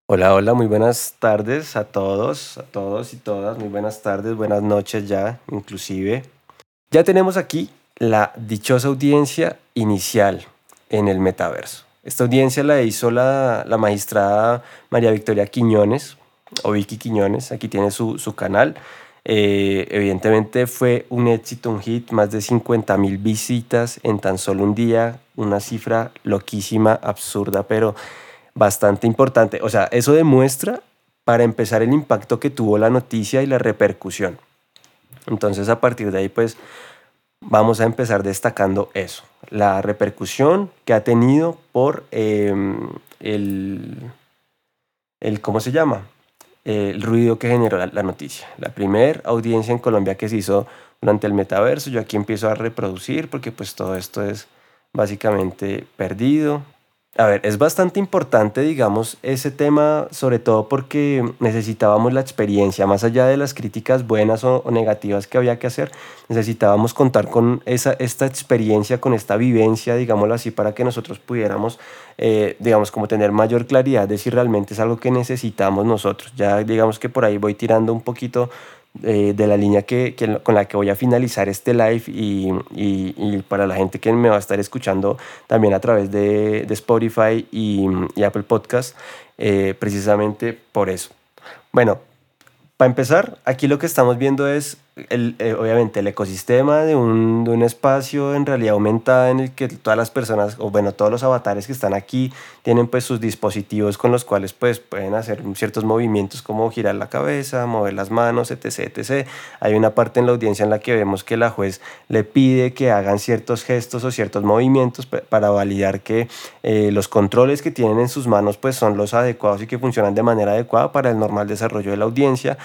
Hola, hola, muy buenas tardes a todos y todas, muy buenas tardes, buenas noches ya, inclusive. Ya tenemos aquí la dichosa audiencia inicial en el metaverso. Esta audiencia la hizo la magistrada María Victoria Quiñones, o Vicky Quiñones, aquí tiene su canal. Evidentemente fue un éxito, un hit, más de 50.000 visitas en tan solo un día, una cifra loquísima, absurda, pero bastante importante. O sea, eso demuestra, para empezar, el impacto que tuvo la noticia y la repercusión. Entonces, a partir de ahí, pues, vamos a empezar destacando eso, la repercusión que ha tenido por ¿cómo se llama? El ruido que generó la noticia. La primera audiencia en Colombia que se hizo durante el metaverso, yo aquí empiezo a reproducir porque pues todo esto es básicamente perdido. A ver, es bastante importante, digamos, ese tema, sobre todo porque necesitábamos la experiencia, más allá de las críticas buenas o negativas que había que hacer, necesitábamos contar con esta experiencia, con esta vivencia, digámoslo así, para que nosotros pudiéramos, digamos, como tener mayor claridad de si realmente es algo que necesitamos nosotros. Ya digamos que por ahí voy tirando un poquito de la línea con la que voy a finalizar este live y para la gente que me va a estar escuchando también a través de Spotify y Apple Podcast, precisamente por eso. Bueno, para empezar, aquí lo que estamos viendo es, obviamente, el ecosistema de un espacio en realidad aumentada en el que todas las personas, o bueno, todos los avatares que están aquí tienen pues sus dispositivos con los cuales pues pueden hacer ciertos movimientos como girar la cabeza, mover las manos, etc, etc. Hay una parte en la audiencia en la que vemos que la juez le pide que hagan ciertos gestos o ciertos movimientos para validar que los controles que tienen en sus manos pues son los adecuados y que funcionan de manera adecuada para el normal desarrollo de la audiencia.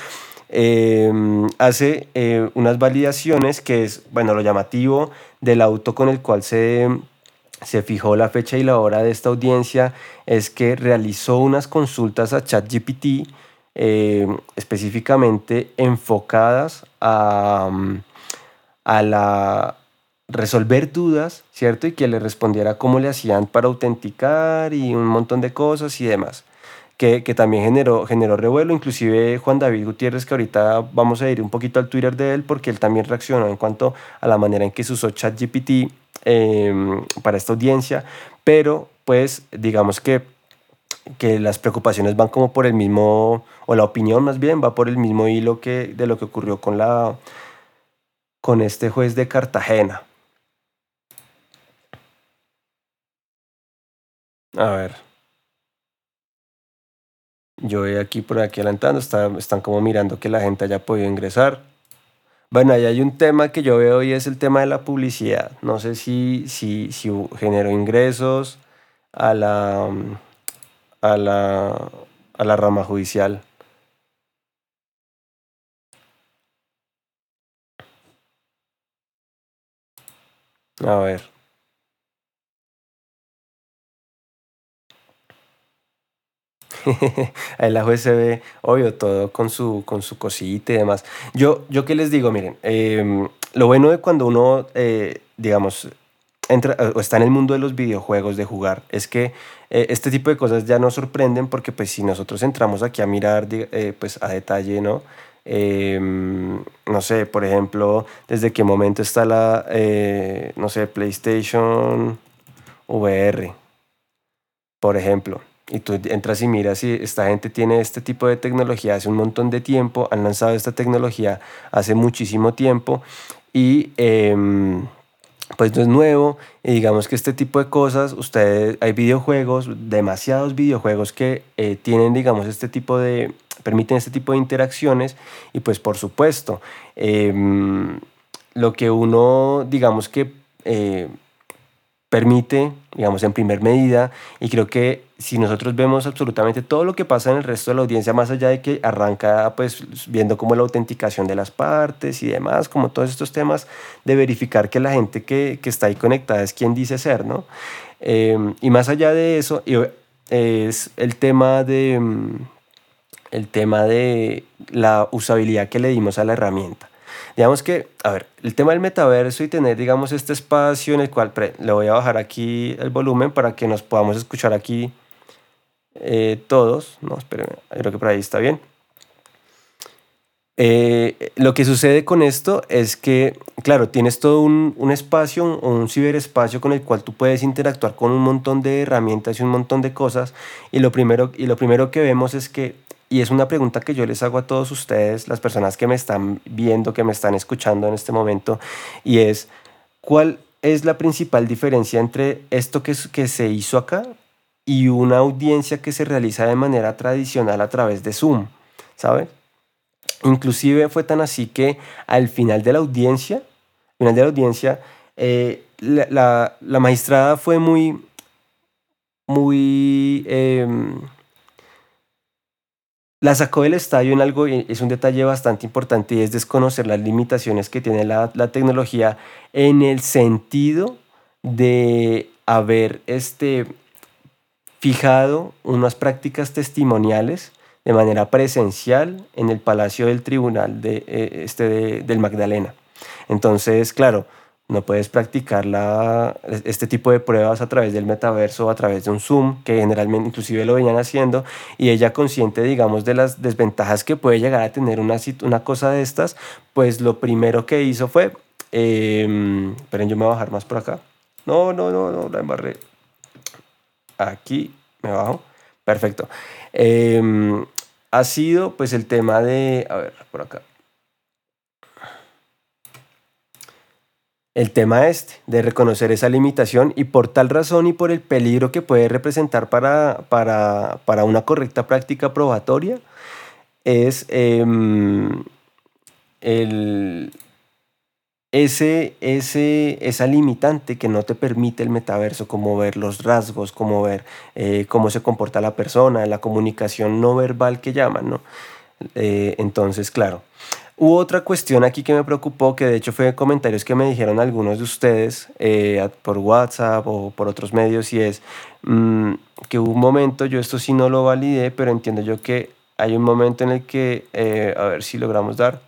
Hace unas validaciones que es, bueno, lo llamativo del auto con el cual se fijó la fecha y la hora de esta audiencia es que realizó unas consultas a ChatGPT específicamente enfocadas a la resolver dudas, ¿cierto? Y que le respondiera cómo le hacían para autenticar y un montón de cosas y demás. Que también generó revuelo, inclusive Juan David Gutiérrez, que ahorita vamos a ir un poquito al Twitter de él, porque él también reaccionó en cuanto a la manera en que se usó ChatGPT para esta audiencia, pero pues digamos que las preocupaciones van como por el mismo, o la opinión más bien, va por el mismo hilo de lo que ocurrió con este juez de Cartagena. A ver, yo voy aquí por aquí adelantando, están como mirando que la gente haya podido ingresar. Bueno, ahí hay un tema que yo veo y es el tema de la publicidad. No sé si generó ingresos a a la, a la rama judicial. A ver. Ahí la juez se ve, obvio, todo con su cosita y demás. Yo qué les digo, miren, lo bueno de cuando uno, digamos, entra o está en el mundo de los videojuegos, de jugar, es que este tipo de cosas ya nos sorprenden porque pues si nosotros entramos aquí a mirar pues a detalle, ¿no? No sé, por ejemplo, desde qué momento está no sé, PlayStation VR, por ejemplo. Y tú entras y miras si esta gente tiene este tipo de tecnología hace un montón de tiempo, han lanzado esta tecnología hace muchísimo tiempo y pues no es nuevo. Y digamos que este tipo de cosas, hay videojuegos, demasiados videojuegos que tienen, digamos, permiten este tipo de interacciones y pues por supuesto, em, lo que uno, digamos que permite, digamos, en primer medida, y creo que si nosotros vemos absolutamente todo lo que pasa en el resto de la audiencia, más allá de que arranca pues viendo como la autenticación de las partes y demás, como todos estos temas de verificar que la gente que está ahí conectada es quien dice ser, ¿no? Y más allá de eso, es el tema de la usabilidad que le dimos a la herramienta. Digamos que, a ver, el tema del metaverso y tener, digamos, este espacio en el cual le voy a bajar aquí el volumen para que nos podamos escuchar aquí todos, no, espérenme, creo que por ahí está bien. Lo que sucede con esto es que, claro, tienes todo un espacio, un ciberespacio con el cual tú puedes interactuar con un montón de herramientas y un montón de cosas. Y lo primero que vemos es que, y es una pregunta que yo les hago a todos ustedes, las personas que me están viendo, que me están escuchando en este momento, y es, ¿cuál es la principal diferencia entre esto que se hizo acá y una audiencia que se realiza de manera tradicional a través de Zoom? ¿Sabes? Inclusive fue tan así que al final de la audiencia, la magistrada fue muy, la sacó del estadio en algo, y es un detalle bastante importante, y es desconocer las limitaciones que tiene la tecnología en el sentido de haber fijado unas prácticas testimoniales de manera presencial en el Palacio del Tribunal del Magdalena. Entonces, claro, no puedes practicar este tipo de pruebas a través del metaverso o a través de un Zoom, que generalmente inclusive lo venían haciendo, y ella consciente, digamos, de las desventajas que puede llegar a tener una cosa de estas, pues lo primero que hizo fue, esperen, yo me voy a bajar más por acá. No, no, no, no, la embarré. Aquí me bajo. Perfecto. Em, ha sido pues el tema de, a ver, por acá. El tema de reconocer esa limitación, y por tal razón y por el peligro que puede representar para una correcta práctica probatoria, es el, esa limitante que no te permite el metaverso, como ver los rasgos, como ver cómo se comporta la persona, la comunicación no verbal que llaman, ¿no? Entonces, claro. Hubo otra cuestión aquí que me preocupó, que de hecho fue comentarios que me dijeron algunos de ustedes por WhatsApp o por otros medios, y es que hubo un momento, yo esto sí no lo validé, pero entiendo yo que hay un momento en el que, a ver si logramos dar.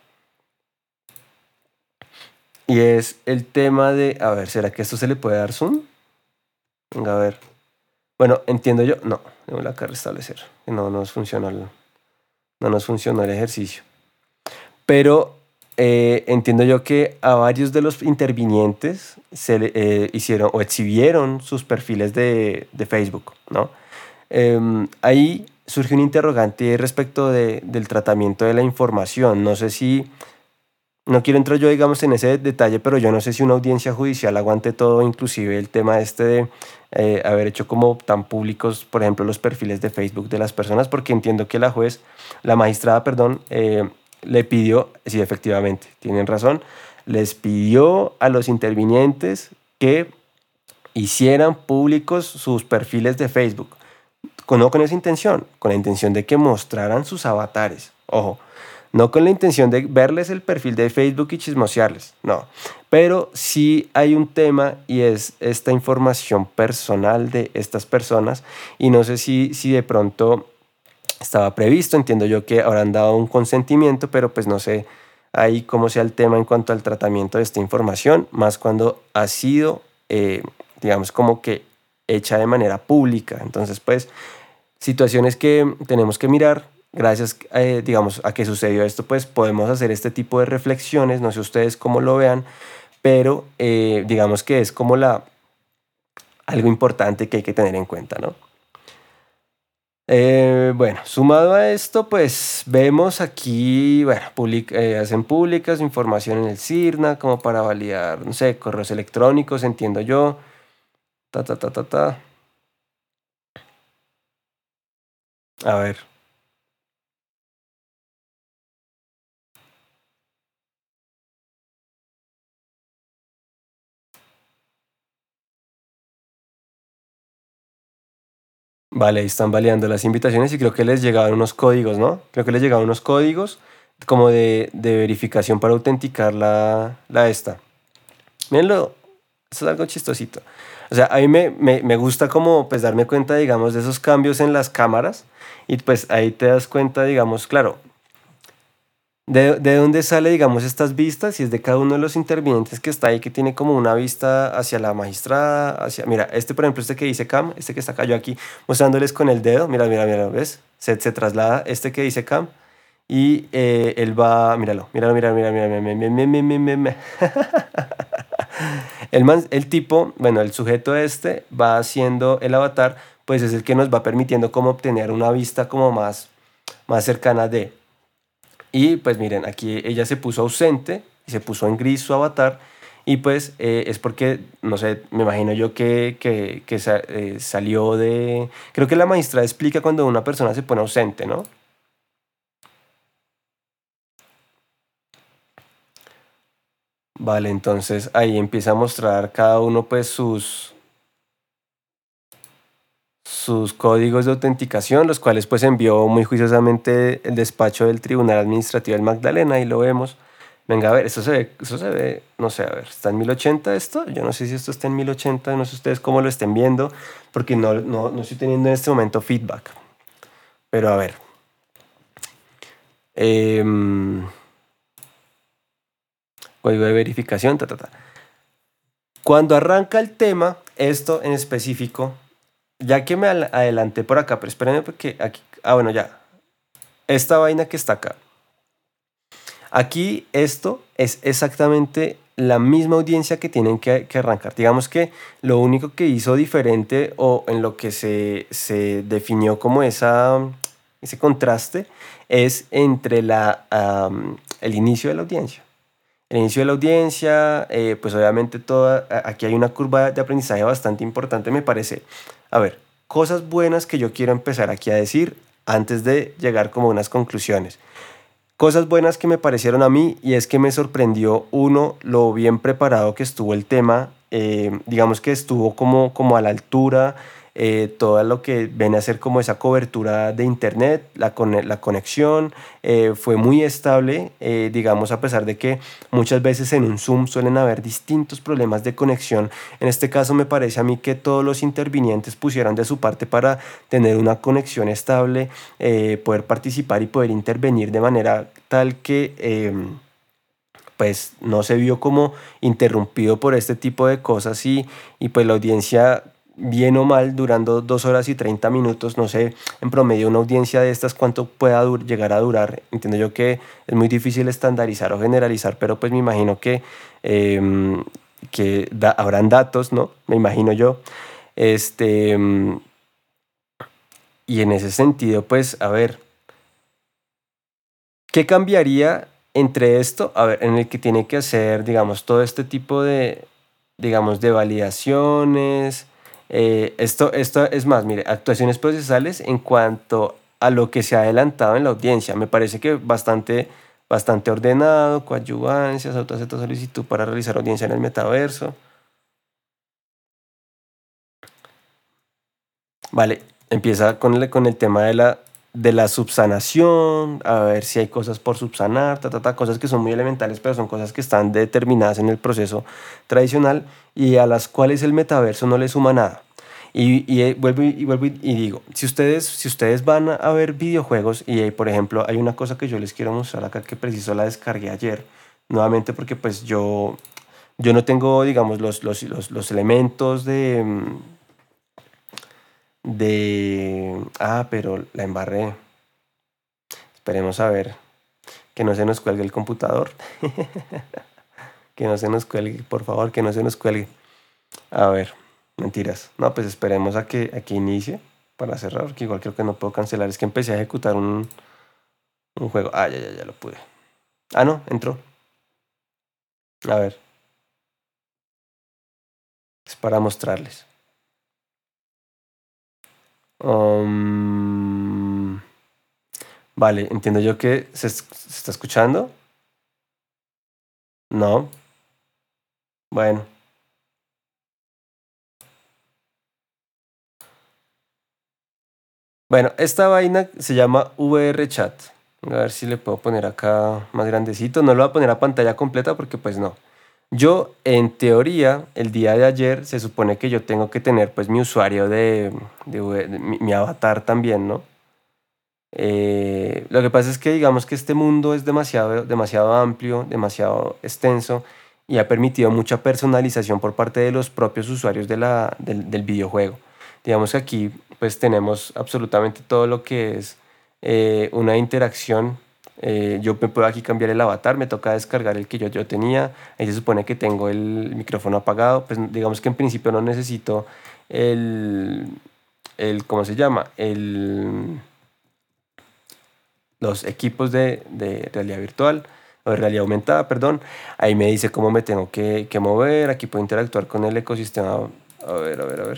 Y es el tema de, a ver, ¿será que esto se le puede dar zoom? Venga, a ver. Bueno, entiendo yo, no, tengo acá restablecer, que no nos funcionó el ejercicio. Pero entiendo yo que a varios de los intervinientes hicieron o exhibieron sus perfiles de Facebook, ¿no? Ahí surge un interrogante respecto del tratamiento de la información. No sé si no quiero entrar yo, digamos, en ese detalle, pero yo no sé si una audiencia judicial aguante todo, inclusive el tema de haber hecho como tan públicos, por ejemplo, los perfiles de Facebook de las personas, porque entiendo que la magistrada, perdón, le pidió, sí, efectivamente, tienen razón, les pidió a los intervinientes que hicieran públicos sus perfiles de Facebook, no con esa intención, con la intención de que mostraran sus avatares, ojo, no con la intención de verles el perfil de Facebook y chismosearles, no. Pero sí hay un tema, y es esta información personal de estas personas, y no sé si de pronto estaba previsto, entiendo yo que habrán dado un consentimiento, pero pues no sé ahí cómo sea el tema en cuanto al tratamiento de esta información, más cuando ha sido, digamos, como que hecha de manera pública. Entonces, pues, situaciones que tenemos que mirar. Gracias, digamos, a que sucedió esto, pues podemos hacer este tipo de reflexiones. No sé ustedes cómo lo vean, pero digamos que es como algo importante que hay que tener en cuenta, ¿no? Bueno, sumado a esto, pues vemos aquí, bueno, hacen públicas información en el CIRNA como para validar, no sé, correos electrónicos, entiendo yo. Ta, ta, ta, ta, ta. A ver. Vale, ahí están validando las invitaciones, y creo que les llegaban unos códigos, ¿no? Creo que les llegaban unos códigos como de verificación para autenticar la esta. Mírenlo, eso es algo chistosito. O sea, a mí me gusta como pues darme cuenta, digamos, de esos cambios en las cámaras, y pues ahí te das cuenta, digamos, claro, de dónde sale, digamos, estas vistas? Y es de cada uno de los intervinientes que está ahí, que tiene como una vista hacia la magistrada, hacia... Mira, este, por ejemplo, este que dice Cam, este que está acá yo aquí, mostrándoles con el dedo, mira, mira, mira, ¿ves? Se traslada este que dice Cam y él va, míralo, míralo, míralo, míralo, míralo, míralo, míralo, míralo, míralo, míralo. El tipo, bueno, el sujeto este va haciendo el avatar, pues es el que nos va permitiendo como obtener una vista como más cercana de... Y pues miren, aquí ella se puso ausente y se puso en gris su avatar. Y pues es porque, no sé, me imagino yo que salió de... Creo que la maestra explica cuando una persona se pone ausente, ¿no? Vale, entonces ahí empieza a mostrar cada uno pues sus códigos de autenticación, los cuales pues envió muy juiciosamente el despacho del Tribunal Administrativo del Magdalena, y lo vemos. Venga, a ver, eso se ve, no sé, a ver, ¿está en 1080 esto? Yo no sé si esto está en 1080, no sé ustedes cómo lo estén viendo, porque no estoy teniendo en este momento feedback. Pero a ver, em, código de verificación, ta, ta, ta. Cuando arranca el tema, esto en específico, ya que me adelanté por acá, pero espérenme porque aquí, bueno, ya, esta vaina que está acá. Aquí esto es exactamente la misma audiencia que tienen que arrancar. Digamos que lo único que hizo diferente o en lo que se definió como ese contraste es entre el inicio de la audiencia. El inicio de la audiencia, pues obviamente aquí hay una curva de aprendizaje bastante importante, me parece. A ver, cosas buenas que yo quiero empezar aquí a decir antes de llegar como a unas conclusiones. Cosas buenas que me parecieron a mí, y es que me sorprendió, uno, lo bien preparado que estuvo el tema. Digamos que estuvo como a la altura, todo lo que ven a ser como esa cobertura de internet, la conexión fue muy estable, digamos, a pesar de que muchas veces en un Zoom suelen haber distintos problemas de conexión. En este caso me parece a mí que todos los intervinientes pusieron de su parte para tener una conexión estable, poder participar y poder intervenir de manera tal que pues no se vio como interrumpido por este tipo de cosas, y pues la audiencia, bien o mal, durando 2 horas y 30 minutos, no sé, en promedio una audiencia de estas cuánto pueda llegar a durar. Entiendo yo que es muy difícil estandarizar o generalizar, pero pues me imagino que habrán datos, ¿no? Me imagino yo. Este, y en ese sentido, pues, a ver, ¿qué cambiaría entre esto? A ver, en el que tiene que hacer, digamos, todo este tipo de, digamos, de validaciones. Esto es más, mire, actuaciones procesales en cuanto a lo que se ha adelantado en la audiencia. Me parece que bastante ordenado, coadyuvancias, autoacepta solicitud para realizar audiencia en el metaverso. Vale, empieza con el tema de la subsanación, a ver si hay cosas por subsanar, cosas que son muy elementales, pero son cosas que están determinadas en el proceso tradicional y a las cuales el metaverso no le suma nada. Vuelvo y digo, si ustedes van a ver videojuegos y por ejemplo hay una cosa que yo les quiero mostrar acá, que preciso la descargué ayer, nuevamente porque pues yo no tengo, digamos, los elementos pero la embarré. Esperemos a ver que no se nos cuelgue el computador. Que no se nos cuelgue, por favor, que no se nos cuelgue. A ver, mentiras. No, pues esperemos a que inicie para cerrar, porque igual creo que no puedo cancelar. Es que empecé a ejecutar un juego. Ya lo pude. No, entró. A ver, es para mostrarles. Um, vale, entiendo yo que se está escuchando. No, bueno. Bueno, esta vaina se llama VR Chat. A ver si le puedo poner acá más grandecito. No lo voy a poner a pantalla completa porque pues no. Yo, en teoría, el día de ayer se supone que yo tengo que tener pues mi usuario de mi avatar también, ¿no? Lo que pasa es que digamos que este mundo es demasiado, demasiado amplio, demasiado extenso y ha permitido mucha personalización por parte de los propios usuarios del videojuego. Digamos que aquí pues tenemos absolutamente todo lo que es una interacción. Yo me puedo aquí cambiar el avatar, me toca descargar el que yo tenía. Ahí se supone que tengo el micrófono apagado. Pues digamos que en principio no necesito el, ¿cómo se llama? Los equipos de realidad virtual o de realidad aumentada, perdón. Ahí me dice cómo me tengo que mover. Aquí puedo interactuar con el ecosistema. A ver, a ver, a ver.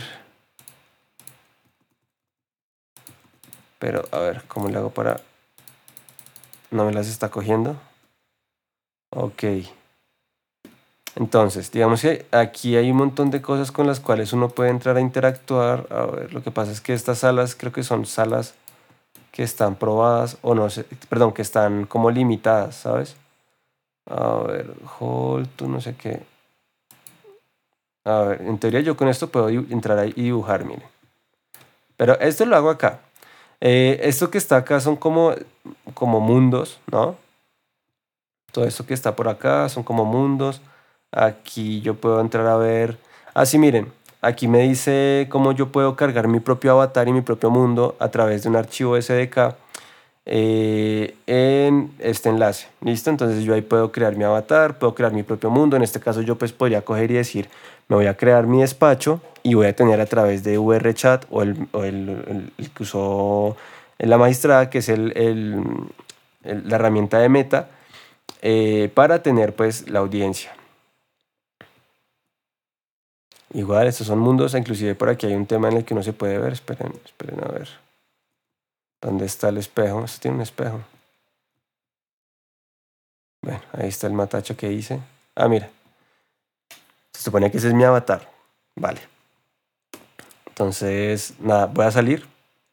Pero a ver, ¿cómo le hago para...? ¿No me las está cogiendo? Ok. Entonces, digamos que aquí hay un montón de cosas con las cuales uno puede entrar a interactuar. A ver, lo que pasa es que estas salas creo que son salas que están probadas o no sé, perdón, que están como limitadas, ¿sabes? A ver, hold to no sé qué. A ver, en teoría yo con esto puedo entrar ahí y dibujar, mire. Pero esto lo hago acá. Esto que está acá son como mundos, ¿no? Todo esto que está por acá son como mundos. Aquí yo puedo entrar a ver. Ah, sí, miren. Aquí me dice cómo yo puedo cargar mi propio avatar y mi propio mundo a través de un archivo SDK en este enlace. ¿Listo? Entonces yo ahí puedo crear mi avatar, puedo crear mi propio mundo. En este caso yo pues podría coger y decir, me voy a crear mi despacho y voy a tener a través de VRChat o el que usó la magistrada, que es la herramienta de Meta, para tener pues la audiencia. Igual, estos son mundos, inclusive por aquí hay un tema en el que uno se puede ver. Esperen, esperen a ver. ¿Dónde está el espejo? Esto tiene un espejo. Bueno, ahí está el matacho que hice. Ah, mira. Se supone que ese es mi avatar. Vale. Entonces, nada, voy a salir.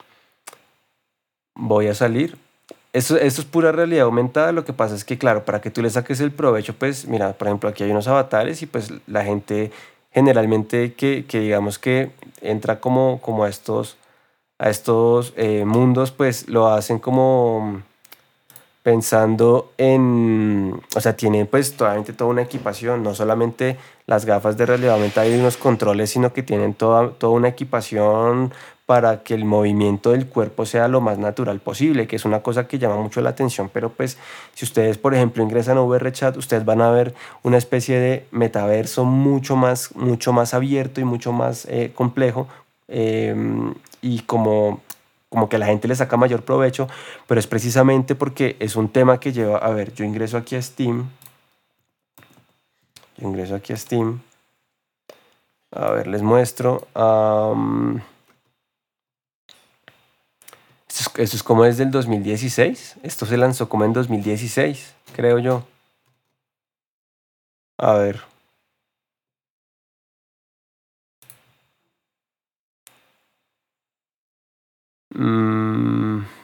Voy a salir. Esto es pura realidad aumentada. Lo que pasa es que, claro, para que tú le saques el provecho, pues, mira, por ejemplo, aquí hay unos avatares y pues la gente generalmente que digamos que entra como a estos mundos, pues lo hacen como pensando o sea, tienen pues toda una equipación, no solamente las gafas de realidad aumentada y unos controles, sino que tienen toda una equipación para que el movimiento del cuerpo sea lo más natural posible, que es una cosa que llama mucho la atención. Pero pues si ustedes, por ejemplo, ingresan a VRChat, ustedes van a ver una especie de metaverso mucho más abierto y mucho más complejo, y como que a la gente le saca mayor provecho, pero es precisamente porque es un tema que lleva, a ver, yo ingreso aquí a Steam, a ver, les muestro. Esto es como desde el 2016, esto se lanzó como en 2016, creo yo. A ver. mm,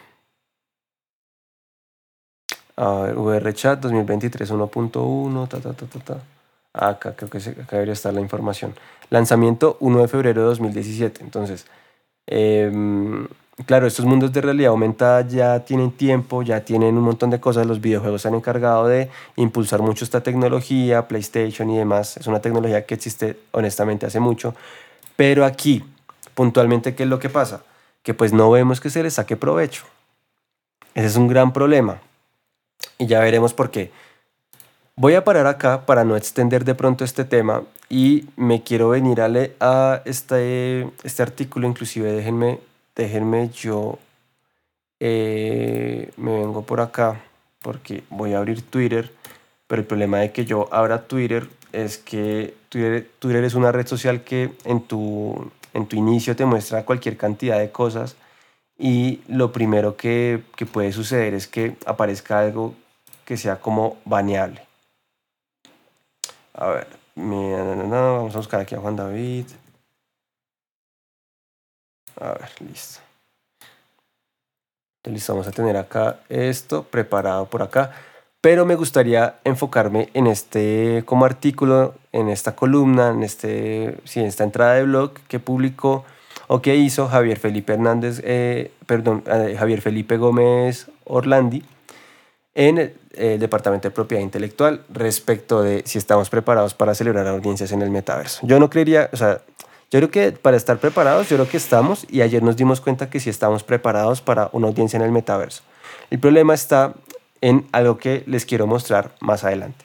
a ver, VRChat 2023 1.1, ta. Acá creo que acá debería estar la información. Lanzamiento 1 de febrero de 2017. Entonces, claro, estos mundos de realidad aumentada ya tienen tiempo, ya tienen un montón de cosas. Los videojuegos se han encargado de impulsar mucho esta tecnología, PlayStation y demás. Es una tecnología que existe honestamente hace mucho. Pero aquí, puntualmente, ¿qué es lo que pasa? Que pues no vemos que se le saque provecho. Ese es un gran problema. Y ya veremos por qué. Voy a parar acá para no extender de pronto este tema y me quiero venir a este artículo. Inclusive déjenme yo, me vengo por acá porque voy a abrir Twitter, pero el problema de que yo abra Twitter es que Twitter es una red social que en tu inicio te muestra cualquier cantidad de cosas, y lo primero que puede suceder es que aparezca algo que sea como baneable. A ver, mira, vamos a buscar aquí a Juan David. A ver, listo. Listo, vamos a tener acá esto preparado por acá. Pero me gustaría enfocarme en este como artículo, en esta columna, sí, en esta entrada de blog que publicó, o qué hizo Javier Felipe Gómez Orlandi en el Departamento de Propiedad Intelectual respecto de si estamos preparados para celebrar audiencias en el metaverso. Yo no creería, o sea, yo creo que para estar preparados, yo creo que estamos, y ayer nos dimos cuenta que sí estamos preparados para una audiencia en el metaverso. El problema está en algo que les quiero mostrar más adelante.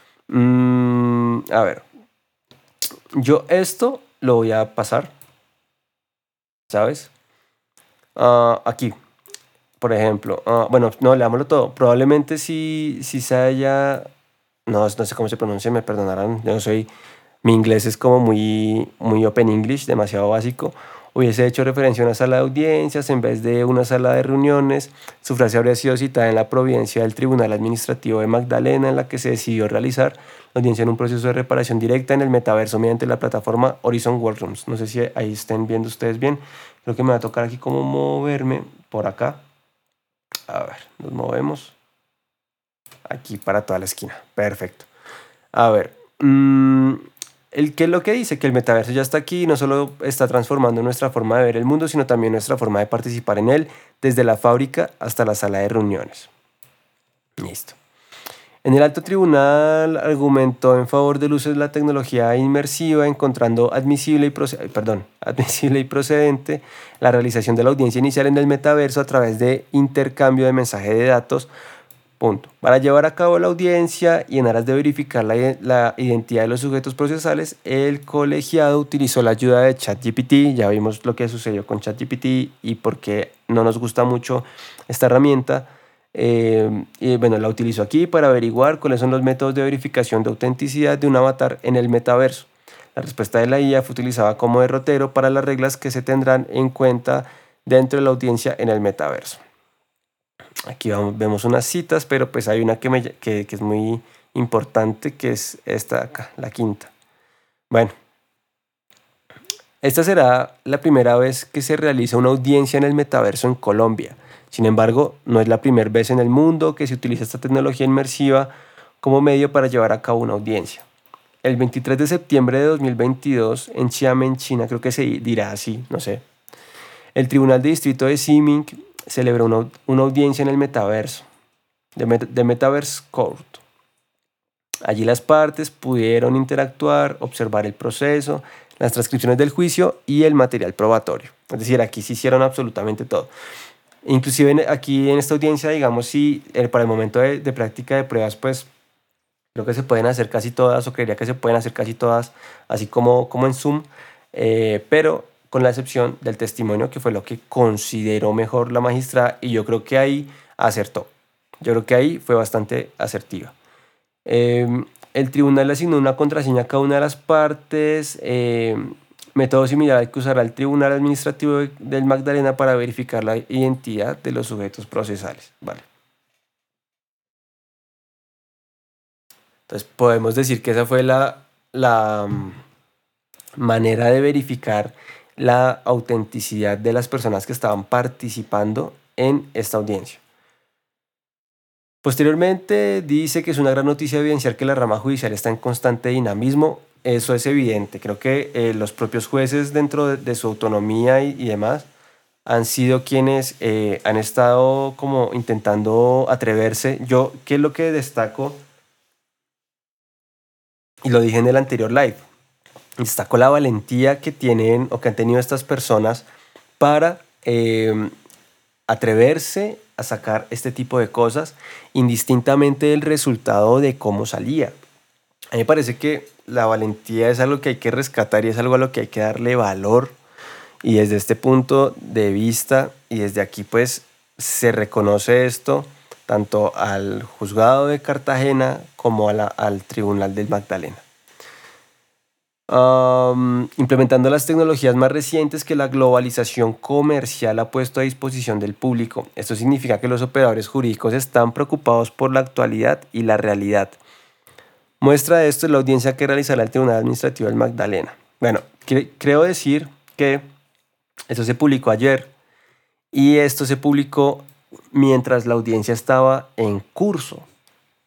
A ver, yo esto lo voy a pasar, ¿sabes? Aquí, por ejemplo, bueno, no, leámoslo todo. Probablemente si se haya, no sé cómo se pronuncia, me perdonarán, yo no soy, mi inglés es como muy open English, demasiado básico. Hubiese hecho referencia a una sala de audiencias en vez de una sala de reuniones. Su frase habría sido citada en la providencia del Tribunal Administrativo de Magdalena, en la que se decidió realizar la audiencia en un proceso de reparación directa en el metaverso mediante la plataforma Horizon Workrooms. No sé si ahí estén viendo ustedes bien. Creo que me va a tocar aquí como moverme por acá. A ver, nos movemos aquí para toda la esquina. Perfecto. A ver, ¿qué es lo que dice? Que el metaverso ya está aquí y no solo está transformando nuestra forma de ver el mundo, sino también nuestra forma de participar en él, desde la fábrica hasta la sala de reuniones. Listo. En el alto tribunal argumentó en favor del uso de la tecnología inmersiva, encontrando admisible y procedente la realización de la audiencia inicial en el metaverso a través de intercambio de mensaje de datos. Punto. Para llevar a cabo la audiencia y en aras de verificar la identidad de los sujetos procesales, el colegiado utilizó la ayuda de ChatGPT. Ya vimos lo que sucedió con ChatGPT y por qué no nos gusta mucho esta herramienta. Y bueno, la utilizó aquí para averiguar cuáles son los métodos de verificación de autenticidad de un avatar en el metaverso. La respuesta de la IA fue utilizada como derrotero para las reglas que se tendrán en cuenta dentro de la audiencia en el metaverso. Aquí vemos unas citas, pero pues hay una que es muy importante, que es esta de acá, la quinta. Bueno, esta será la primera vez que se realiza una audiencia en el metaverso en Colombia. Sin embargo, no es la primera vez en el mundo que se utiliza esta tecnología inmersiva como medio para llevar a cabo una audiencia. El 23 de septiembre de 2022, en Xiamen, China, creo que se dirá así, no sé, el Tribunal de Distrito de Xining celebró una audiencia en el metaverso, de Metaverse Court. Allí las partes pudieron interactuar, observar el proceso, las transcripciones del juicio y el material probatorio. Es decir, aquí se hicieron absolutamente todo. Inclusive aquí en esta audiencia, digamos, si para el momento de práctica de pruebas, pues creo que se pueden hacer casi todas, o creería que se pueden hacer casi todas, así como en Zoom, pero con la excepción del testimonio, que fue lo que consideró mejor la magistrada, y yo creo que ahí acertó. Yo creo que ahí fue bastante asertiva. El tribunal le asignó una contraseña a cada una de las partes, método similar al que usará el Tribunal Administrativo del Magdalena para verificar la identidad de los sujetos procesales. Vale. Entonces podemos decir que esa fue la manera de verificar la autenticidad de las personas que estaban participando en esta audiencia. Posteriormente dice que es una gran noticia evidenciar que la rama judicial está en constante dinamismo. Eso es evidente. Creo que los propios jueces, dentro de su autonomía y demás, han sido quienes han estado como intentando atreverse. Yo, ¿qué es lo que destaco? Y lo dije en el anterior live. Destaco la valentía que tienen o que han tenido estas personas para atreverse a sacar este tipo de cosas, indistintamente del resultado de cómo salía. A mí me parece que la valentía es algo que hay que rescatar y es algo a lo que hay que darle valor. Y desde este punto de vista y desde aquí pues se reconoce esto tanto al juzgado de Cartagena como al Tribunal del Magdalena. Implementando las tecnologías más recientes que la globalización comercial ha puesto a disposición del público. Esto significa que los operadores jurídicos están preocupados por la actualidad y la realidad. Muestra de esto es la audiencia que realizará el Tribunal Administrativo del Magdalena. Bueno, creo decir que esto se publicó ayer y esto se publicó mientras la audiencia estaba en curso.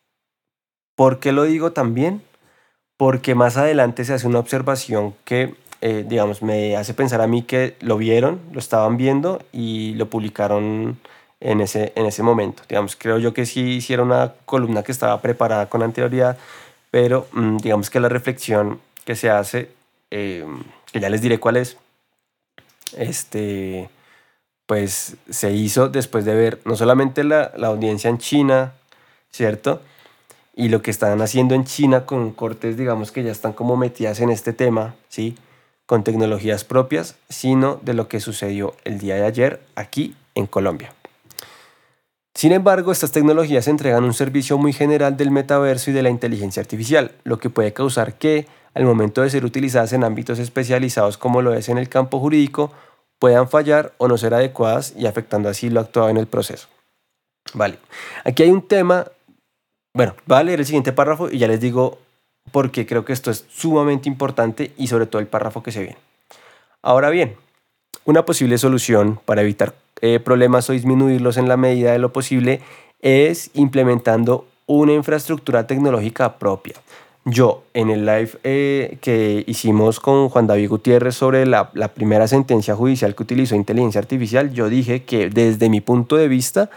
¿Por qué lo digo también? Porque más adelante se hace una observación que digamos, me hace pensar a mí que lo vieron, lo estaban viendo y lo publicaron en ese momento. Digamos, creo yo que sí hicieron una columna que estaba preparada con anterioridad, pero digamos que la reflexión que se hace, que ya les diré cuál es, este, pues se hizo después de ver no solamente la audiencia en China, ¿cierto? Y lo que están haciendo en China con cortes, digamos que ya están como metidas en este tema, ¿sí? Con tecnologías propias, sino de lo que sucedió el día de ayer aquí en Colombia. Sin embargo, estas tecnologías entregan un servicio muy general del metaverso y de la inteligencia artificial, lo que puede causar que, al momento de ser utilizadas en ámbitos especializados como lo es en el campo jurídico, puedan fallar o no ser adecuadas y afectando así lo actuado en el proceso. Vale, aquí hay un tema. Bueno, voy a leer el siguiente párrafo y ya les digo por qué creo que esto es sumamente importante y sobre todo el párrafo que se viene. Ahora bien, una posible solución para evitar problemas o disminuirlos en la medida de lo posible es implementando una infraestructura tecnológica propia. Yo, en el live que hicimos con Juan David Gutiérrez sobre la primera sentencia judicial que utilizó inteligencia artificial, yo dije que desde mi punto de vista,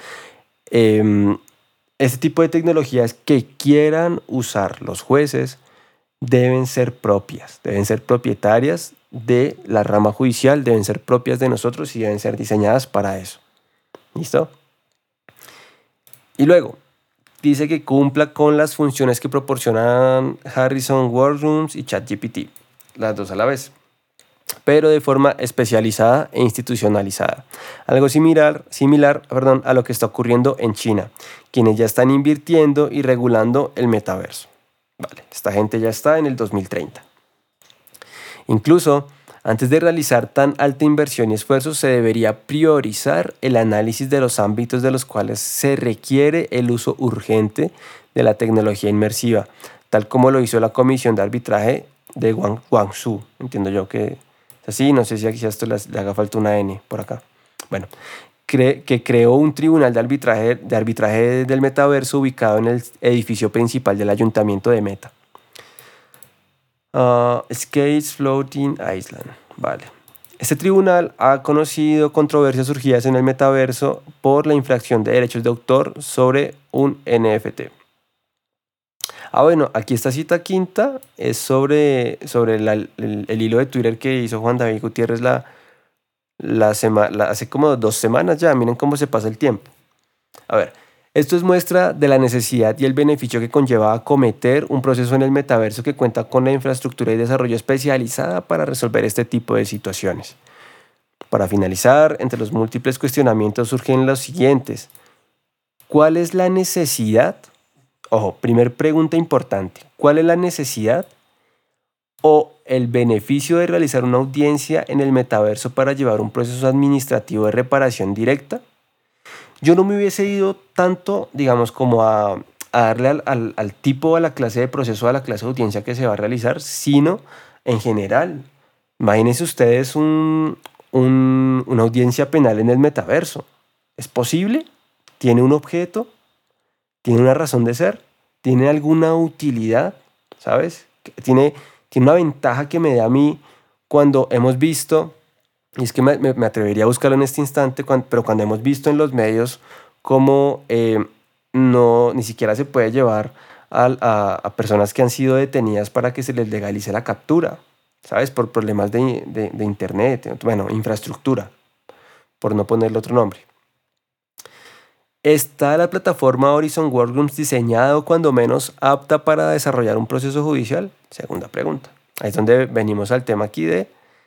este tipo de tecnologías que quieran usar los jueces deben ser propias, deben ser propietarias de la rama judicial, deben ser propias de nosotros y deben ser diseñadas para eso. ¿Listo? Y luego, dice que cumpla con las funciones que proporcionan Harrison Workrooms y ChatGPT, las dos a la vez, pero de forma especializada e institucionalizada. Algo similar a lo que está ocurriendo en China, quienes ya están invirtiendo y regulando el metaverso. Vale, esta gente ya está en el 2030. Incluso, antes de realizar tan alta inversión y esfuerzo, se debería priorizar el análisis de los ámbitos de los cuales se requiere el uso urgente de la tecnología inmersiva, tal como lo hizo la Comisión de Arbitraje de Guangzhou. Entiendo yo que es así, no sé si aquí a esto le haga falta una N por acá. Bueno, que creó un tribunal de arbitraje del metaverso ubicado en el edificio principal del Ayuntamiento de Meta. Skates Floating Island. Vale. Este tribunal ha conocido controversias surgidas en el metaverso por la infracción de derechos de autor sobre un NFT. Bueno, aquí esta cita quinta es sobre el hilo de Twitter que hizo Juan David Gutiérrez hace como 2 semanas ya. Miren cómo se pasa el tiempo. A ver, esto es muestra de la necesidad y el beneficio que conlleva acometer un proceso en el metaverso que cuenta con la infraestructura y desarrollo especializada para resolver este tipo de situaciones. Para finalizar, entre los múltiples cuestionamientos surgen los siguientes. ¿Cuál es la necesidad? Ojo, primer pregunta importante. ¿Cuál es la necesidad o el beneficio de realizar una audiencia en el metaverso para llevar un proceso administrativo de reparación directa? Yo no me hubiese ido tanto, digamos, como a darle al tipo, a la clase de proceso, a la clase de audiencia que se va a realizar, sino en general. Imagínense ustedes una audiencia penal en el metaverso. ¿Es posible? ¿Tiene un objeto? ¿Tiene una razón de ser? ¿Tiene alguna utilidad? ¿Sabes? Tiene una ventaja que me da a mí cuando hemos visto, y es que me atrevería a buscarlo en este instante, pero cuando hemos visto en los medios cómo ni siquiera se puede llevar a personas que han sido detenidas para que se les legalice la captura, ¿sabes? Por problemas de internet, bueno, infraestructura, por no ponerle otro nombre. ¿Está la plataforma Horizon Workrooms diseñada o cuando menos apta para desarrollar un proceso judicial? Segunda pregunta. Ahí es donde venimos al tema aquí de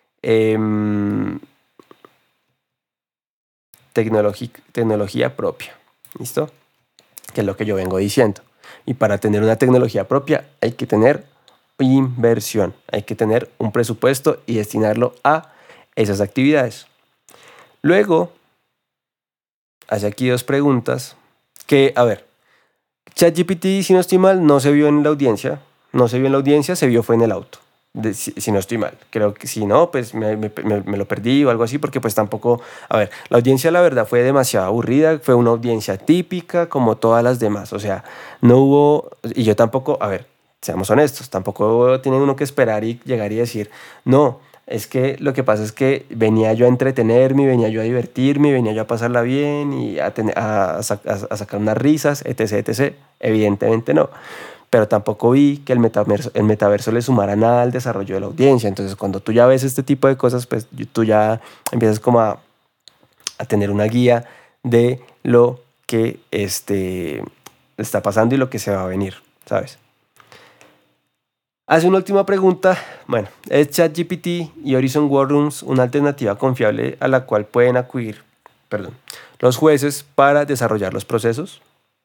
tecnología propia. ¿Listo? Que es lo que yo vengo diciendo. Y para tener una tecnología propia hay que tener inversión, hay que tener un presupuesto y destinarlo a esas actividades. Luego, hace aquí 2 preguntas que, a ver, ChatGPT, si no estoy mal, no se vio en la audiencia, se vio fue en el auto, si no estoy mal. Creo que si no, pues me lo perdí o algo así, porque pues tampoco, a ver, la audiencia la verdad fue demasiado aburrida, fue una audiencia típica como todas las demás, o sea, no hubo, y yo tampoco, a ver, seamos honestos, tampoco tiene uno que esperar y llegar y decir, no, es que lo que pasa es que venía yo a entretenerme, venía yo a divertirme, venía yo a pasarla bien y a sacar unas risas, etc, etc. Evidentemente no. Pero tampoco vi que el metaverso le sumara nada al desarrollo de la audiencia. Entonces, cuando tú ya ves este tipo de cosas, pues tú ya empiezas como a tener una guía de lo que está pasando y lo que se va a venir, ¿sabes? Hace una última pregunta. Bueno, ¿es ChatGPT y Horizon Workrooms una alternativa confiable a la cual pueden acudir, perdón, los jueces para desarrollar los procesos?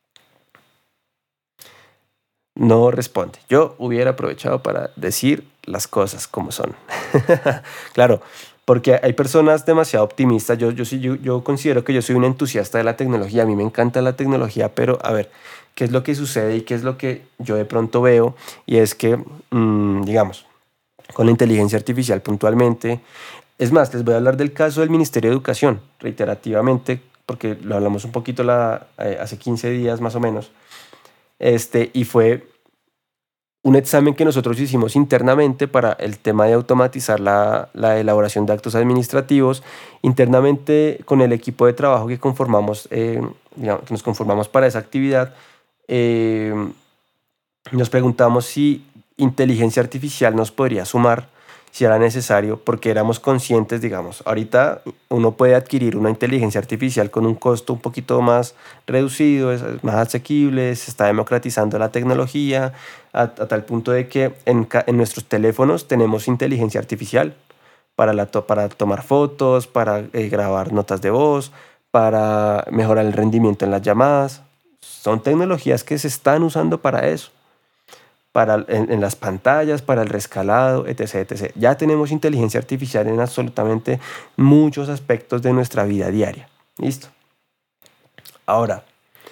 No responde. Yo hubiera aprovechado para decir las cosas como son. Claro, porque hay personas demasiado optimistas. Yo considero que yo soy un entusiasta de la tecnología. A mí me encanta la tecnología, pero a ver, ¿qué es lo que sucede y qué es lo que yo de pronto veo? Y es que, digamos, con la inteligencia artificial puntualmente. Es más, les voy a hablar del caso del Ministerio de Educación, reiterativamente, porque lo hablamos un poquito hace 15 días más o menos. Y fue un examen que nosotros hicimos internamente para el tema de automatizar la elaboración de actos administrativos, internamente con el equipo de trabajo que conformamos, que nos conformamos para esa actividad. eh, Nos preguntamos si inteligencia artificial nos podría sumar, si era necesario, porque éramos conscientes, digamos, ahorita uno puede adquirir una inteligencia artificial con un costo un poquito más reducido, es más asequible, se está democratizando la tecnología a tal punto de que en nuestros teléfonos tenemos inteligencia artificial para tomar fotos, para grabar notas de voz, para mejorar el rendimiento en las llamadas. Son tecnologías que se están usando para eso, en las pantallas, para el rescalado, etc, etc. Ya tenemos inteligencia artificial en absolutamente muchos aspectos de nuestra vida diaria. ¿Listo? Ahora,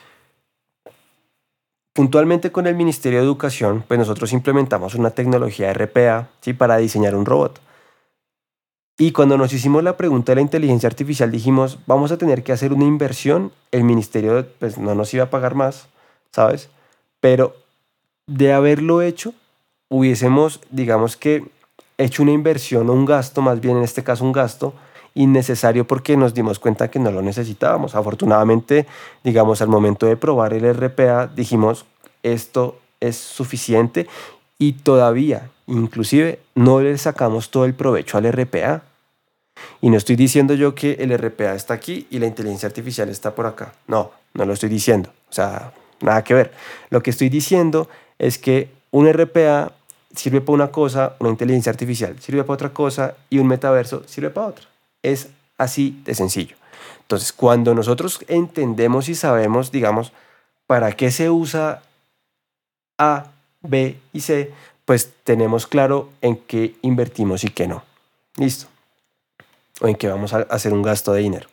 puntualmente con el Ministerio de Educación, pues nosotros implementamos una tecnología RPA, ¿sí? Para diseñar un robot. Y cuando nos hicimos la pregunta de la inteligencia artificial, dijimos, vamos a tener que hacer una inversión. El ministerio pues, no nos iba a pagar más, ¿sabes? Pero de haberlo hecho, hubiésemos, digamos que, hecho una inversión o un gasto, más bien en este caso un gasto innecesario porque nos dimos cuenta que no lo necesitábamos. Afortunadamente, digamos, al momento de probar el RPA, dijimos, esto es suficiente y todavía, inclusive, no le sacamos todo el provecho al RPA. Y no estoy diciendo yo que el RPA está aquí y la inteligencia artificial está por acá. No, no lo estoy diciendo. O sea, nada que ver. Lo que estoy diciendo es que un RPA sirve para una cosa, una inteligencia artificial sirve para otra cosa y un metaverso sirve para otra. Es así de sencillo. Entonces, cuando nosotros entendemos y sabemos, digamos, para qué se usa A, B y C, pues tenemos claro en qué invertimos y qué no. Listo. O en qué vamos a hacer un gasto de dinero.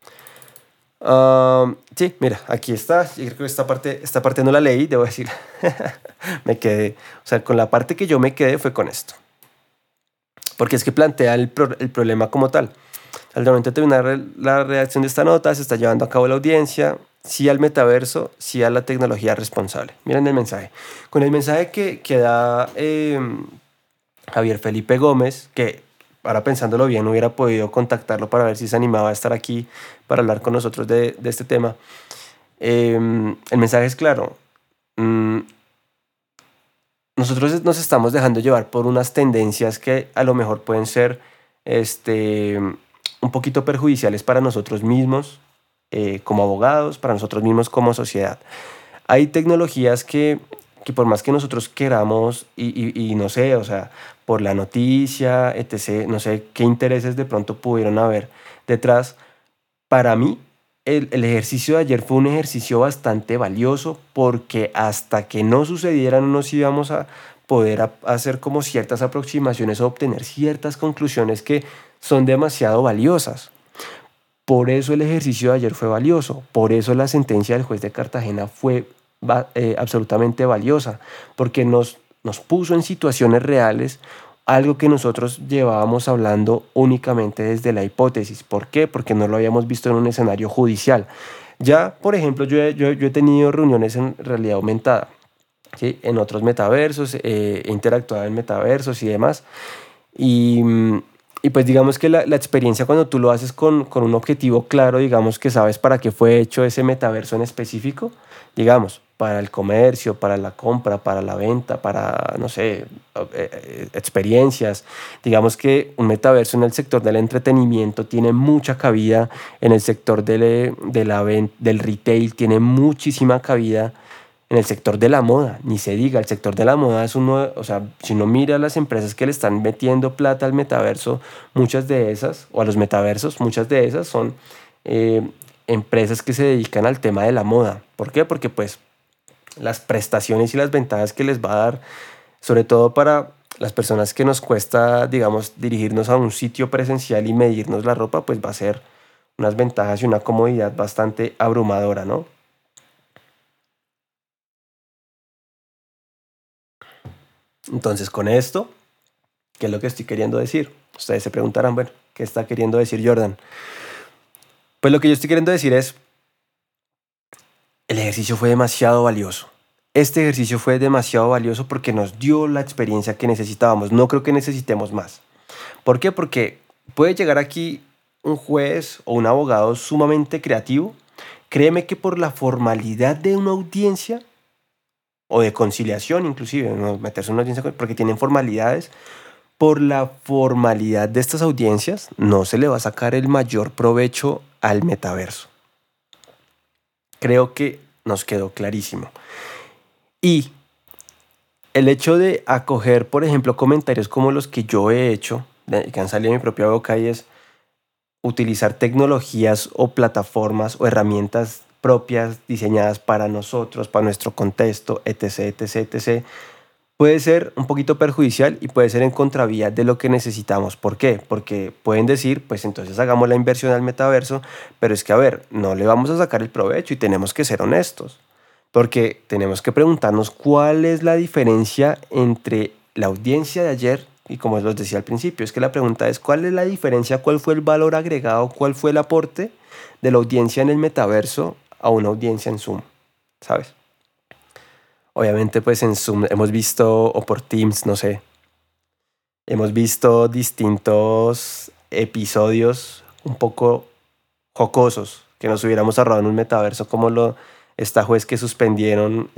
Sí, mira, aquí está. Yo creo que esta parte no la leí, debo decir. Me quedé, o sea, con la parte que yo me quedé fue con esto. Porque es que plantea el problema como tal. Al momento de terminar la redacción de esta nota, se está llevando a cabo la audiencia. Sí al metaverso, sí a la tecnología responsable. Miren el mensaje. Con el mensaje que da Javier Felipe Gómez, que ahora pensándolo bien hubiera podido contactarlo para ver si se animaba a estar aquí para hablar con nosotros de este tema. El mensaje es claro. Nosotros nos estamos dejando llevar por unas tendencias que a lo mejor pueden ser un poquito perjudiciales para nosotros mismos como abogados, para nosotros mismos como sociedad. Hay tecnologías que por más que nosotros queramos y no sé, o sea, por la noticia, etc., no sé qué intereses de pronto pudieron haber detrás, para mí el ejercicio de ayer fue un ejercicio bastante valioso porque hasta que no sucediera no nos íbamos a poder hacer como ciertas aproximaciones o obtener ciertas conclusiones que son demasiado valiosas. Por eso el ejercicio de ayer fue valioso, por eso la sentencia del juez de Cartagena fue absolutamente valiosa, porque nos puso en situaciones reales algo que nosotros llevábamos hablando únicamente desde la hipótesis. ¿Por qué? Porque no lo habíamos visto en un escenario judicial. Ya, por ejemplo, yo he tenido reuniones en realidad aumentada, ¿sí? En otros metaversos, he interactuado en metaversos y demás. Y Y pues digamos que la experiencia cuando tú lo haces con un objetivo claro, digamos que sabes para qué fue hecho ese metaverso en específico, digamos, para el comercio, para la compra, para la venta, para, no sé, experiencias. Digamos que un metaverso en el sector del entretenimiento tiene mucha cabida, en el sector del retail tiene muchísima cabida, en el sector de la moda, ni se diga, el sector de la moda es uno, o sea, si uno mira las empresas que le están metiendo plata al metaverso, muchas de esas, o a los metaversos, muchas de esas son eh, empresas que se dedican al tema de la moda. ¿Por qué? Porque pues las prestaciones y las ventajas que les va a dar, sobre todo para las personas que nos cuesta, digamos, dirigirnos a un sitio presencial y medirnos la ropa, pues va a ser unas ventajas y una comodidad bastante abrumadora, ¿no? Entonces, con esto, ¿qué es lo que estoy queriendo decir? Ustedes se preguntarán, bueno, ¿qué está queriendo decir Jordan? Pues lo que yo estoy queriendo decir es, el ejercicio fue demasiado valioso. Este ejercicio fue demasiado valioso porque nos dio la experiencia que necesitábamos. No creo que necesitemos más. ¿Por qué? Porque puede llegar aquí un juez o un abogado sumamente creativo. Créeme que por la formalidad de una audiencia o de conciliación inclusive, no meterse en una audiencia porque tienen formalidades, por la formalidad de estas audiencias no se le va a sacar el mayor provecho al metaverso. Creo que nos quedó clarísimo. Y el hecho de acoger, por ejemplo, comentarios como los que yo he hecho, que han salido de mi propia boca, y es utilizar tecnologías o plataformas o herramientas propias diseñadas para nosotros, para nuestro contexto, etc., etc., etc., puede ser un poquito perjudicial y puede ser en contravía de lo que necesitamos. ¿Por qué? Porque pueden decir, pues entonces hagamos la inversión al metaverso, pero es que, a ver, no le vamos a sacar el provecho y tenemos que ser honestos, porque tenemos que preguntarnos cuál es la diferencia entre la audiencia de ayer y como les decía al principio, es que la pregunta es cuál es la diferencia, cuál fue el valor agregado, cuál fue el aporte de la audiencia en el metaverso a una audiencia en Zoom, ¿sabes? Obviamente, pues en Zoom hemos visto, o por Teams, no sé, hemos visto distintos episodios un poco jocosos que nos hubiéramos ahorrado en un metaverso, como esta juez que suspendieron.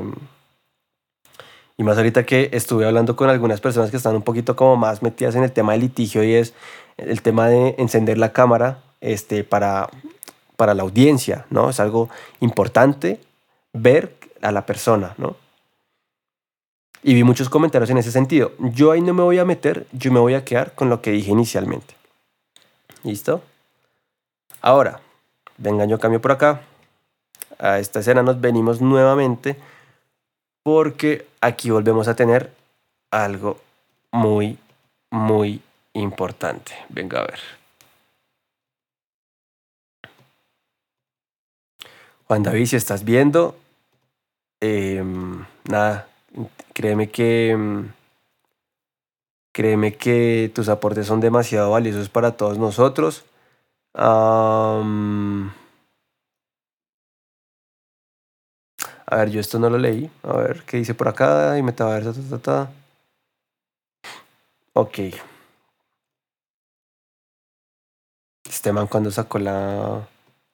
Y más ahorita que estuve hablando con algunas personas que están un poquito como más metidas en el tema del litigio y es el tema de encender la cámara para la audiencia, ¿no? Es algo importante ver a la persona, ¿no? Y vi muchos comentarios en ese sentido. Yo ahí no me voy a meter, yo me voy a quedar con lo que dije inicialmente. ¿Listo? Ahora, vengan, yo cambio por acá. A esta escena nos venimos nuevamente porque aquí volvemos a tener algo muy, muy importante. Venga a ver. Juan David, si estás viendo, nada, créeme que tus aportes son demasiado valiosos para todos nosotros. A ver, yo esto no lo leí. A ver, ¿qué dice por acá? Y metaverso, ta, ta, ta. Ok. Este man cuando sacó la...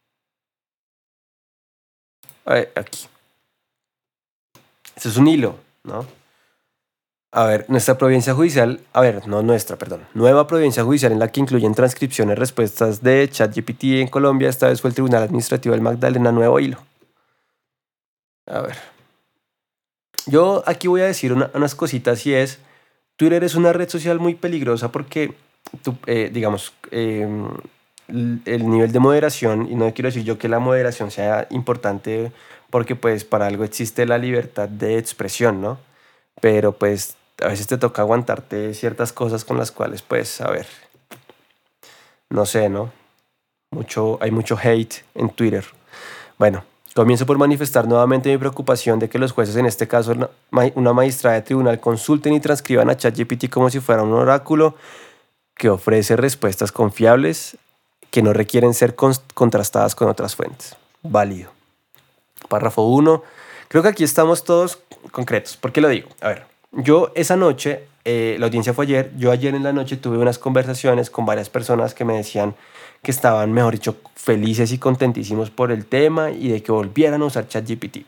aquí. Esto es un hilo, ¿no? A ver, nuestra provincia judicial, a ver, no nuestra, perdón, nueva provincia judicial en la que incluyen transcripciones, respuestas de ChatGPT en Colombia, esta vez fue el Tribunal Administrativo del Magdalena, nuevo hilo. A ver, yo aquí voy a decir unas cositas y es, Twitter es una red social muy peligrosa porque, digamos, el nivel de moderación, y no quiero decir yo que la moderación sea importante porque pues para algo existe la libertad de expresión, ¿no? Pero pues a veces te toca aguantarte ciertas cosas con las cuales pues, a ver, no sé, ¿no? Hay mucho hate en Twitter. Bueno, comienzo por manifestar nuevamente mi preocupación de que los jueces, en este caso una magistrada de tribunal, consulten y transcriban a ChatGPT como si fuera un oráculo que ofrece respuestas confiables que no requieren ser contrastadas con otras fuentes. Válido. Párrafo 1. Creo que aquí estamos todos concretos. ¿Por qué lo digo? A ver, yo esa noche la audiencia fue ayer. Yo ayer en la noche tuve unas conversaciones con varias personas que me decían que estaban, mejor dicho, felices y contentísimos por el tema y de que volvieran a usar ChatGPT.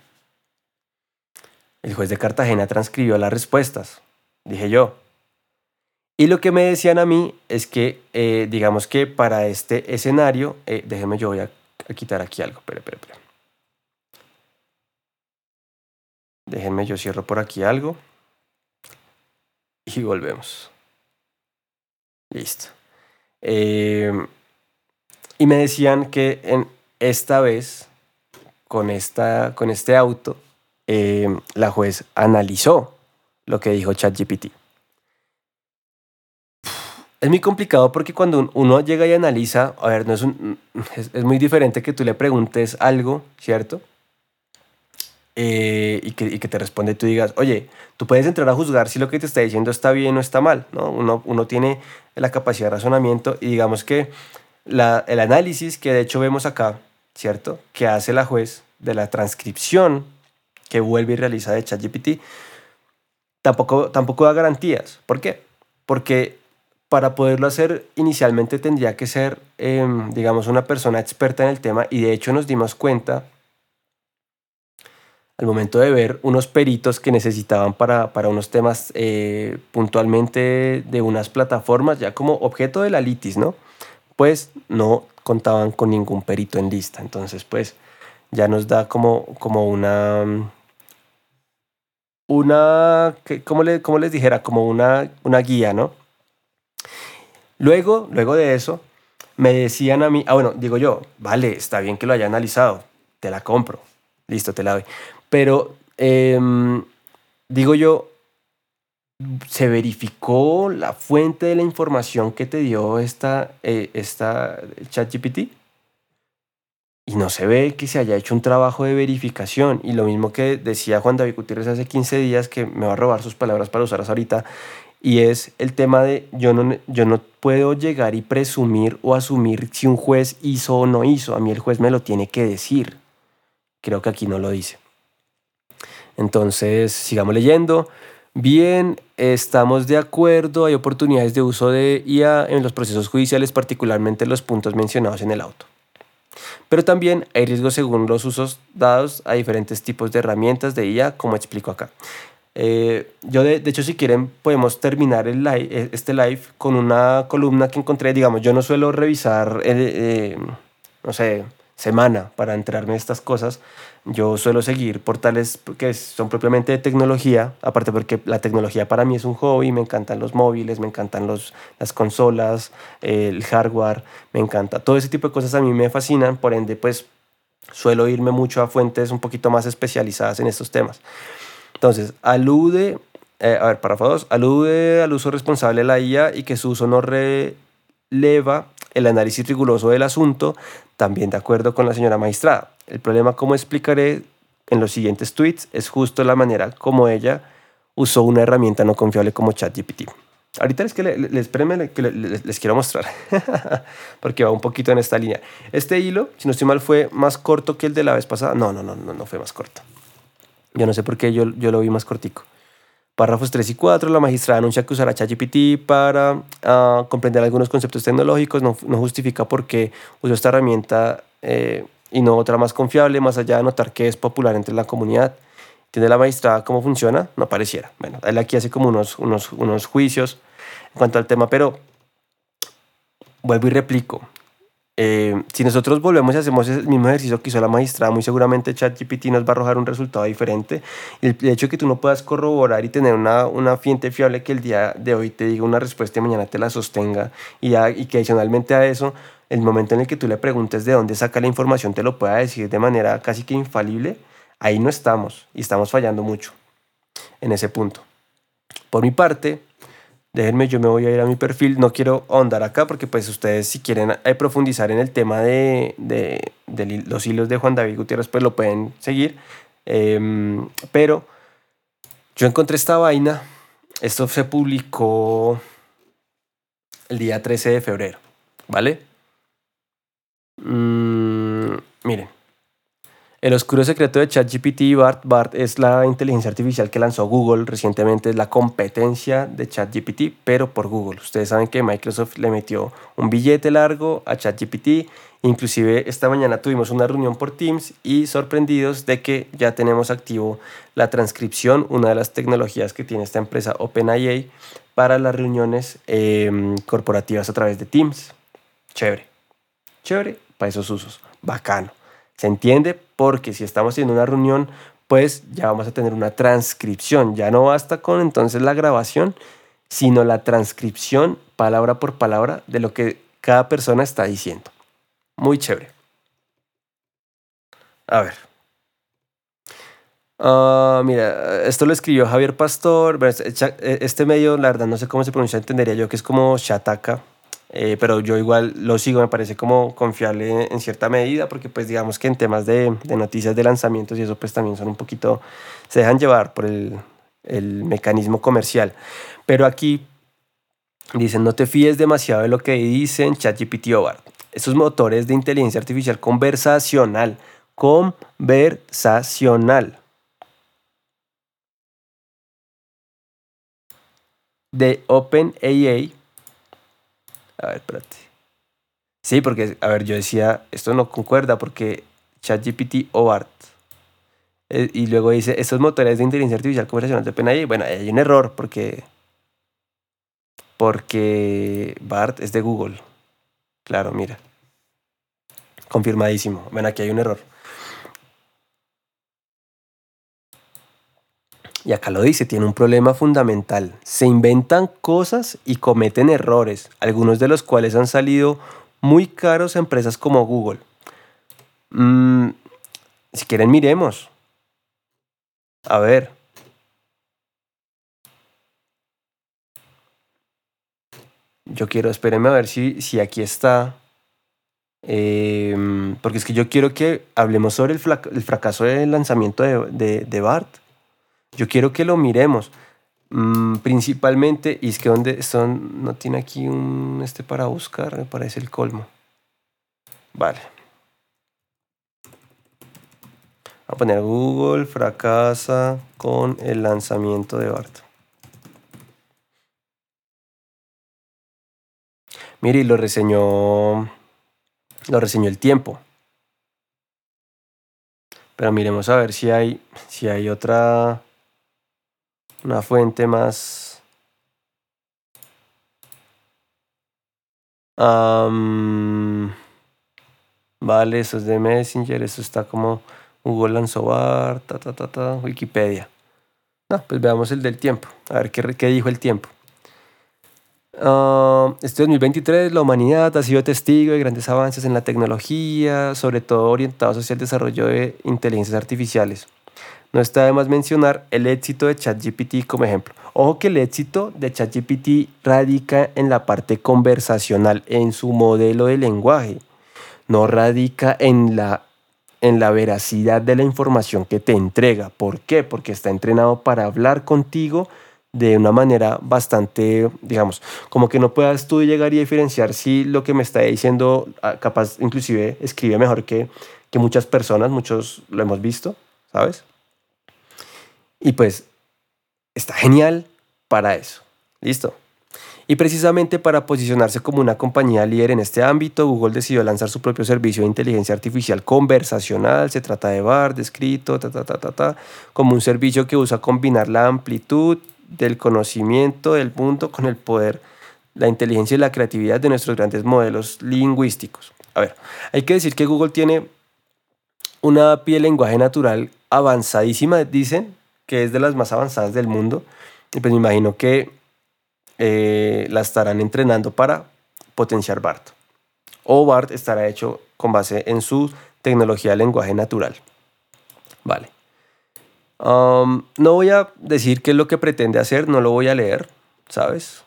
El juez de Cartagena transcribió las respuestas, dije yo. Y lo que me decían a mí es que, digamos que para este escenario, déjenme, yo voy a quitar aquí algo, espera. Déjenme, yo cierro por aquí algo y volvemos. Listo. Eh, y me decían que esta vez, con este auto, la juez analizó lo que dijo ChatGPT. Es muy complicado porque cuando uno llega y analiza, a ver, no es muy diferente que tú le preguntes algo, ¿cierto? Y que te responde y tú digas, oye, tú puedes entrar a juzgar si lo que te está diciendo está bien o está mal, ¿no? Uno tiene la capacidad de razonamiento y digamos que el análisis que de hecho vemos acá, ¿cierto? Que hace la juez de la transcripción que vuelve y realiza de ChatGPT, tampoco da garantías. ¿Por qué? Porque para poderlo hacer inicialmente tendría que ser, digamos, una persona experta en el tema y de hecho nos dimos cuenta al momento de ver unos peritos que necesitaban para unos temas puntualmente de unas plataformas, ya como objeto de la litis, ¿no? Pues no contaban con ningún perito en lista. Entonces, pues ya nos da como ¿cómo les dijera? Como una guía, ¿no? Luego de eso, me decían a mí, bueno, digo yo, vale, está bien que lo haya analizado, te la compro, listo, te la doy. Pero, digo yo, ¿se verificó la fuente de la información que te dio esta ChatGPT? Y no se ve que se haya hecho un trabajo de verificación. Y lo mismo que decía Juan David Gutiérrez hace 15 días, que me va a robar sus palabras para usarlas ahorita, y es el tema de yo no puedo llegar y presumir o asumir si un juez hizo o no hizo. A mí el juez me lo tiene que decir. Creo que aquí no lo dice. Entonces, sigamos leyendo. Bien, estamos de acuerdo. Hay oportunidades de uso de IA en los procesos judiciales, particularmente los puntos mencionados en el auto. Pero también hay riesgos según los usos dados a diferentes tipos de herramientas de IA, como explico acá. Yo de hecho, si quieren, podemos terminar este live con una columna que encontré. Digamos, yo no suelo revisar, no sé, semana para enterarme de estas cosas. Yo suelo seguir portales que son propiamente de tecnología, aparte porque la tecnología para mí es un hobby, me encantan los móviles, me encantan las consolas, el hardware, me encanta. Todo ese tipo de cosas a mí me fascinan, por ende, pues suelo irme mucho a fuentes un poquito más especializadas en estos temas. Entonces, párrafo 2, alude al uso responsable de la IA y que su uso no releva el análisis riguroso del asunto, también de acuerdo con la señora magistrada. El problema, como explicaré en los siguientes tweets, es justo la manera como ella usó una herramienta no confiable como ChatGPT. Ahorita es que espérenme que les quiero mostrar, porque va un poquito en esta línea. Este hilo, si no estoy mal, fue más corto que el de la vez pasada. No fue más corto. Yo no sé por qué yo lo vi más cortico. Párrafos 3 y 4, la magistrada anuncia que usará ChatGPT para comprender algunos conceptos tecnológicos, no justifica por qué usó esta herramienta y no otra más confiable, más allá de notar que es popular entre la comunidad. ¿Tiene la magistrada cómo funciona? No pareciera. Bueno, él aquí hace como unos juicios en cuanto al tema, pero vuelvo y replico. Si nosotros volvemos y hacemos el mismo ejercicio que hizo la magistrada, muy seguramente ChatGPT nos va a arrojar un resultado diferente. Y el hecho de que tú no puedas corroborar y tener una fuente fiable que el día de hoy te diga una respuesta y mañana te la sostenga, y que adicionalmente a eso, el momento en el que tú le preguntes de dónde saca la información te lo pueda decir de manera casi que infalible, ahí no estamos y estamos fallando mucho en ese punto. Por mi parte, déjenme, yo me voy a ir a mi perfil. No quiero ahondar acá porque pues ustedes, si quieren profundizar en el tema de los hilos de Juan David Gutiérrez, pues lo pueden seguir. Pero yo encontré esta vaina. Esto se publicó el día 13 de febrero, ¿vale? Miren, El oscuro secreto de ChatGPT y BART. BART es la inteligencia artificial que lanzó Google recientemente, es la competencia de ChatGPT, pero por Google. Ustedes saben que Microsoft le metió un billete largo a ChatGPT. Inclusive esta mañana tuvimos una reunión por Teams y sorprendidos de que ya tenemos activo la transcripción, una de las tecnologías que tiene esta empresa OpenAI para las reuniones corporativas a través de Teams. Chévere, chévere para esos usos, bacano. ¿Se entiende? Porque si estamos haciendo una reunión, pues ya vamos a tener una transcripción. Ya no basta con entonces la grabación, sino la transcripción palabra por palabra de lo que cada persona está diciendo. Muy chévere. A ver. Mira, esto lo escribió Javier Pastor. Este medio, la verdad, no sé cómo se pronuncia, entendería yo que es como Shataka. Pero yo igual lo sigo, me parece como confiable en cierta medida, porque pues digamos que en temas de noticias de lanzamientos y eso pues también son un poquito, se dejan llevar por el mecanismo comercial. Pero aquí dicen, no te fíes demasiado de lo que dicen ChatGPT o BART. Esos motores de inteligencia artificial conversacional de OpenAI. A ver, espérate. Sí, porque, a ver, yo decía, esto no concuerda porque ChatGPT o BART. Y luego dice, estos motores de inteligencia artificial conversacional de OpenAI. Bueno, ahí hay un error porque BART es de Google. Claro, mira. Confirmadísimo. Bueno, aquí hay un error. Y acá lo dice, tiene un problema fundamental. Se inventan cosas y cometen errores, algunos de los cuales han salido muy caros a empresas como Google. Si quieren, miremos. A ver. Yo quiero, espérenme a ver si aquí está. Porque es que yo quiero que hablemos sobre el fracaso del lanzamiento de BART. Yo quiero que lo miremos. Principalmente, y es que donde son, no tiene aquí un para buscar, me parece el colmo. Vale. Voy a poner Google fracasa con el lanzamiento de BART. Mire, y lo reseñó El Tiempo. Pero miremos a ver si hay otra, una fuente más. Vale, eso es de Messenger, eso está como Google lanzó BART, Wikipedia. No, pues veamos el del Tiempo, a ver qué dijo El Tiempo. Este 2023 la humanidad ha sido testigo de grandes avances en la tecnología, sobre todo orientados hacia el desarrollo de inteligencias artificiales. No está de más mencionar el éxito de ChatGPT como ejemplo. Ojo que el éxito de ChatGPT radica en la parte conversacional, en su modelo de lenguaje. No radica en la veracidad de la información que te entrega. ¿Por qué? Porque está entrenado para hablar contigo de una manera bastante, digamos, como que no puedas tú llegar y diferenciar si lo que me está diciendo, capaz, inclusive escribe mejor que muchas personas, muchos lo hemos visto, ¿sabes? Y pues está genial para eso. ¿Listo? Y precisamente para posicionarse como una compañía líder en este ámbito, Google decidió lanzar su propio servicio de inteligencia artificial conversacional. Se trata de BART, descrito, como un servicio que usa combinar la amplitud del conocimiento del mundo con el poder, la inteligencia y la creatividad de nuestros grandes modelos lingüísticos. A ver, hay que decir que Google tiene una API de lenguaje natural avanzadísima, dicen que es de las más avanzadas del mundo. Y pues me imagino que la estarán entrenando para potenciar BART. O BART estará hecho con base en su tecnología de lenguaje natural. Vale. No voy a decir qué es lo que pretende hacer, no lo voy a leer, ¿sabes?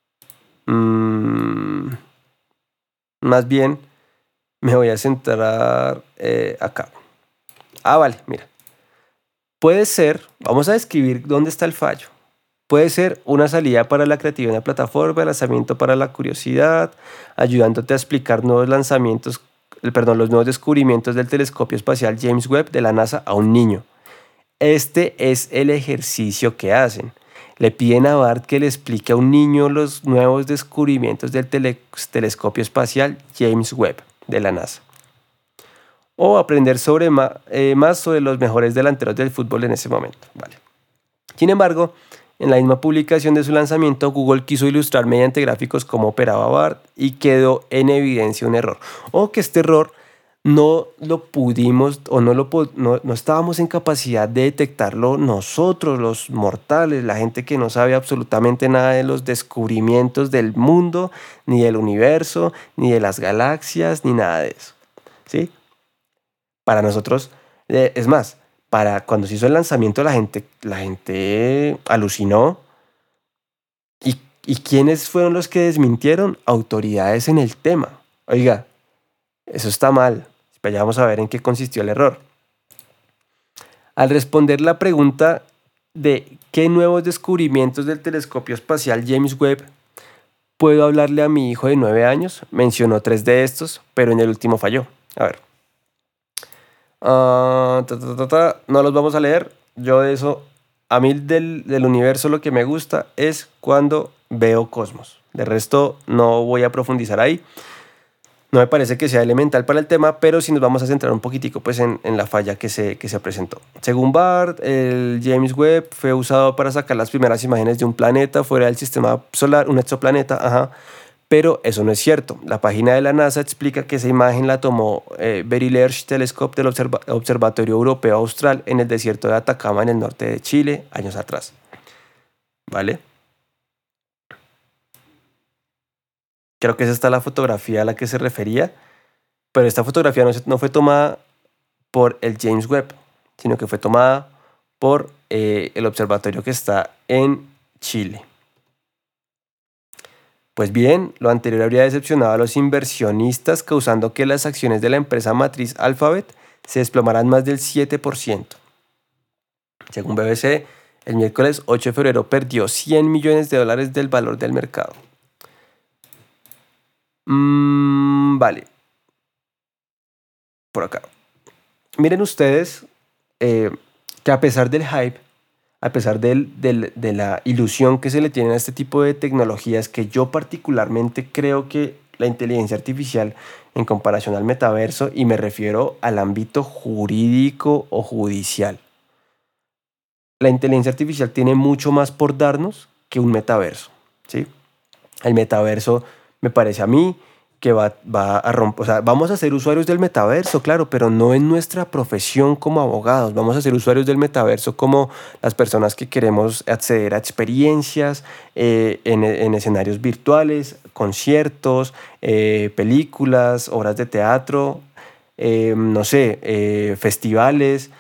Más bien me voy a centrar acá. Vale, mira. Puede ser, vamos a describir dónde está el fallo. Puede ser una salida para la creatividad en la plataforma, lanzamiento para la curiosidad, ayudándote a explicar nuevos lanzamientos los nuevos descubrimientos del telescopio espacial James Webb de la NASA a un niño. Este es el ejercicio que hacen. Le piden a Bart que le explique a un niño los nuevos descubrimientos del telescopio espacial James Webb de la NASA. O aprender más sobre los mejores delanteros del fútbol en ese momento. Vale. Sin embargo, en la misma publicación de su lanzamiento, Google quiso ilustrar mediante gráficos cómo operaba BART y quedó en evidencia un error. O que este error no lo pudimos o no estábamos en capacidad de detectarlo nosotros, los mortales, la gente que no sabe absolutamente nada de los descubrimientos del mundo, ni del universo, ni de las galaxias, ni nada de eso. ¿Sí? Para nosotros, es más, para cuando se hizo el lanzamiento la gente alucinó. ¿Y quiénes fueron los que desmintieron? Autoridades en el tema. Oiga, eso está mal. Pues ya vamos a ver en qué consistió el error. Al responder la pregunta de qué nuevos descubrimientos del telescopio espacial James Webb puedo hablarle a mi hijo de 9 años, mencionó 3 de estos, pero en el último falló. A ver. No los vamos a leer. Yo de eso, a mí del universo lo que me gusta es cuando veo cosmos. De resto no voy a profundizar ahí. No me parece que sea elemental para el tema, pero sí nos vamos a centrar un poquitico pues, en la falla que se presentó. Según Bart, el James Webb fue usado para sacar las primeras imágenes de un planeta fuera del sistema solar, un exoplaneta, pero eso no es cierto. La página de la NASA explica que esa imagen la tomó Very Large Telescope del Observatorio Europeo Austral en el desierto de Atacama, en el norte de Chile, años atrás. ¿Vale? Creo que esa está la fotografía a la que se refería, pero esta fotografía no fue tomada por el James Webb, sino que fue tomada por el observatorio que está en Chile. Pues bien, lo anterior habría decepcionado a los inversionistas, causando que las acciones de la empresa matriz Alphabet se desplomaran más del 7%. Según BBC, el miércoles 8 de febrero perdió $100 millones del valor del mercado. Vale. Por acá. Miren ustedes que a pesar del hype, a pesar de la ilusión que se le tiene a este tipo de tecnologías, que yo particularmente creo que la inteligencia artificial en comparación al metaverso, y me refiero al ámbito jurídico o judicial, la inteligencia artificial tiene mucho más por darnos que un metaverso, ¿sí? El metaverso me parece a mí que va a romper, o sea, vamos a ser usuarios del metaverso, claro, pero no en nuestra profesión como abogados. Vamos a ser usuarios del metaverso como las personas que queremos acceder a experiencias en escenarios virtuales, conciertos, películas, obras de teatro, no sé, festivales,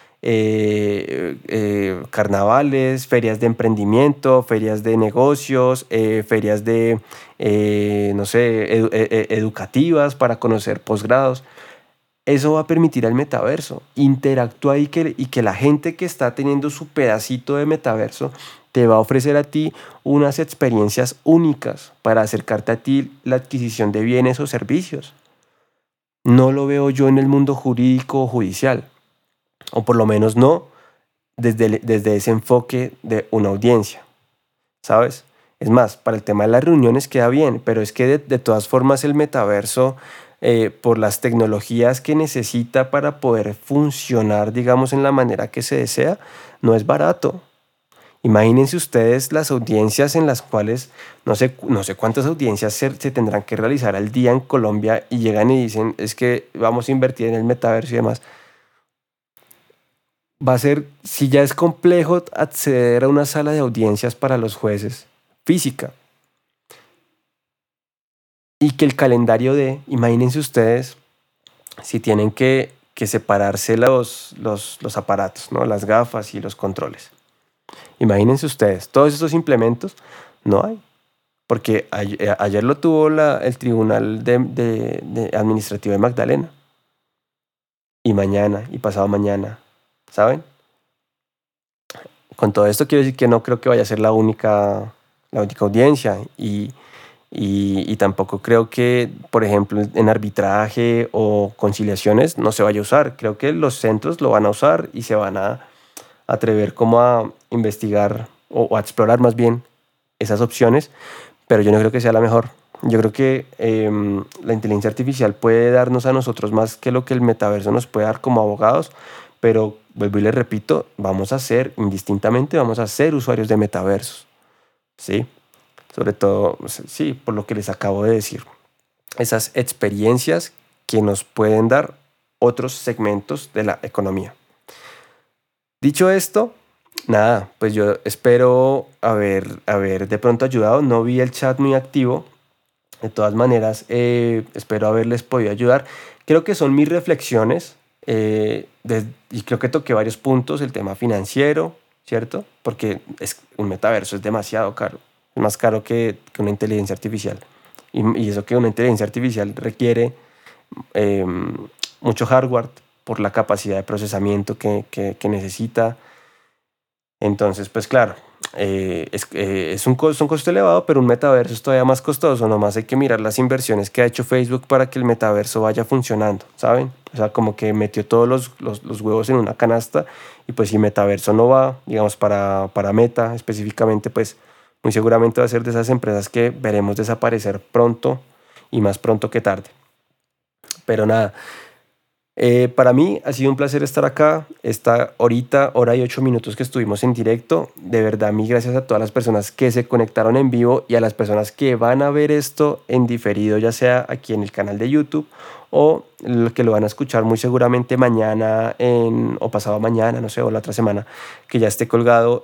carnavales, ferias de emprendimiento, ferias de negocios, ferias de, no sé, educativas para conocer posgrados. Eso va a permitir al metaverso. Interactúa y que la gente que está teniendo su pedacito de metaverso te va a ofrecer a ti unas experiencias únicas para acercarte a ti la adquisición de bienes o servicios. No lo veo yo en el mundo jurídico o judicial, o por lo menos no desde ese enfoque de una audiencia, ¿sabes? Es más, para el tema de las reuniones queda bien, pero es que de todas formas el metaverso, por las tecnologías que necesita para poder funcionar, digamos, en la manera que se desea, no es barato. Imagínense ustedes las audiencias en las cuales, no sé cuántas audiencias se tendrán que realizar al día en Colombia, y llegan y dicen, es que vamos a invertir en el metaverso y demás. Va a ser, si ya es complejo acceder a una sala de audiencias para los jueces física, y que el calendario imagínense ustedes si tienen que separarse los aparatos, ¿no? Las gafas y los controles. Imagínense ustedes, todos esos implementos no hay. Porque ayer lo tuvo el Tribunal Administrativo de Magdalena. Y mañana, y pasado mañana, ¿saben? Con todo esto quiero decir que no creo que vaya a ser la única audiencia. Y Y tampoco creo que, por ejemplo, en arbitraje o conciliaciones no se vaya a usar. Creo que los centros lo van a usar y se van a atrever como a investigar o a explorar más bien esas opciones, pero yo no creo que sea la mejor. Yo creo que la inteligencia artificial puede darnos a nosotros más que lo que el metaverso nos puede dar como abogados, pero vuelvo y le repito, vamos a ser, indistintamente, vamos a ser usuarios de metaversos, ¿sí? Sobre todo, sí, por lo que les acabo de decir. Esas experiencias que nos pueden dar otros segmentos de la economía. Dicho esto, nada, pues yo espero haber de pronto ayudado. No vi el chat muy activo. De todas maneras, espero haberles podido ayudar. Creo que son mis reflexiones y creo que toqué varios puntos. El tema financiero, ¿cierto? Porque un metaverso es demasiado caro. Es más caro que una inteligencia artificial. Y eso que una inteligencia artificial requiere eh, mucho hardware por la capacidad de procesamiento que necesita. Entonces, pues claro, es un costo elevado, pero un metaverso es todavía más costoso. Nomás hay que mirar las inversiones que ha hecho Facebook para que el metaverso vaya funcionando, ¿saben? O sea, como que metió todos los huevos en una canasta y pues si metaverso no va, digamos, para Meta específicamente, pues muy seguramente va a ser de esas empresas que veremos desaparecer pronto y más pronto que tarde. Pero nada. Para mí ha sido un placer estar acá, esta hora y 8 minutos que estuvimos en directo. De verdad, mil gracias a todas las personas que se conectaron en vivo y a las personas que van a ver esto en diferido, ya sea aquí en el canal de YouTube o que lo van a escuchar muy seguramente mañana o pasado mañana, no sé, o la otra semana, que ya esté colgado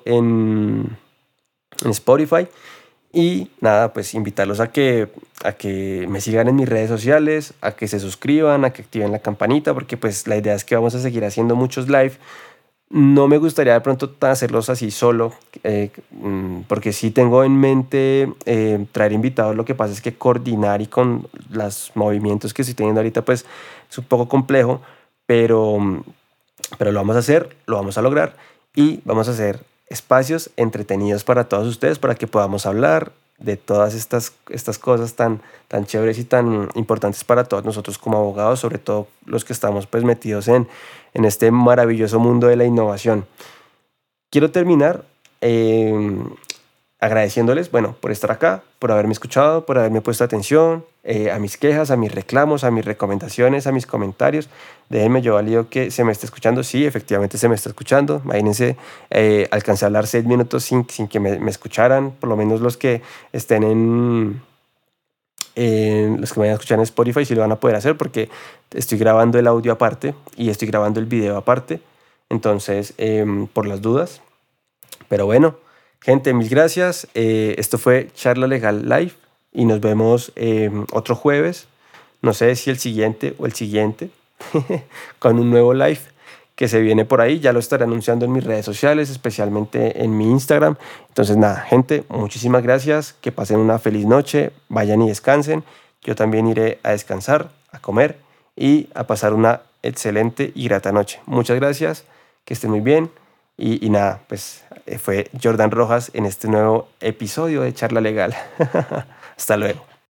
en Spotify. Y nada, pues invitarlos a que me sigan en mis redes sociales, a que se suscriban, a que activen la campanita, porque pues la idea es que vamos a seguir haciendo muchos live. No me gustaría de pronto hacerlos así solo, porque sí tengo en mente traer invitados. Lo que pasa es que coordinar y con los movimientos que estoy teniendo ahorita, pues es un poco complejo, pero, pero lo vamos a hacer, lo vamos a lograr y vamos a hacer espacios entretenidos para todos ustedes para que podamos hablar de todas estas cosas tan chéveres y tan importantes para todos nosotros como abogados, sobre todo los que estamos pues metidos en este maravilloso mundo de la innovación. Quiero terminar eh, agradeciéndoles, bueno, por estar acá, por haberme escuchado, por haberme puesto atención a mis quejas, a mis reclamos, a mis recomendaciones, a mis comentarios. Déjenme, yo valido que se me está escuchando. Sí, efectivamente se me está escuchando. Imagínense, alcancé a hablar 6 minutos sin que me escucharan, por lo menos los que estén los que me vayan a escuchar en Spotify sí lo van a poder hacer porque estoy grabando el audio aparte y estoy grabando el video aparte. Entonces, por las dudas. Pero bueno, gente, mil gracias. Esto fue Charla Legal Live y nos vemos otro jueves. No sé si el siguiente o el siguiente con un nuevo live que se viene por ahí. Ya lo estaré anunciando en mis redes sociales, especialmente en mi Instagram. Entonces nada, gente, muchísimas gracias. Que pasen una feliz noche. Vayan y descansen. Yo también iré a descansar, a comer y a pasar una excelente y grata noche. Muchas gracias. Que estén muy bien. Y nada, pues fue Jordan Rojas en este nuevo episodio de Charla Legal. Hasta luego.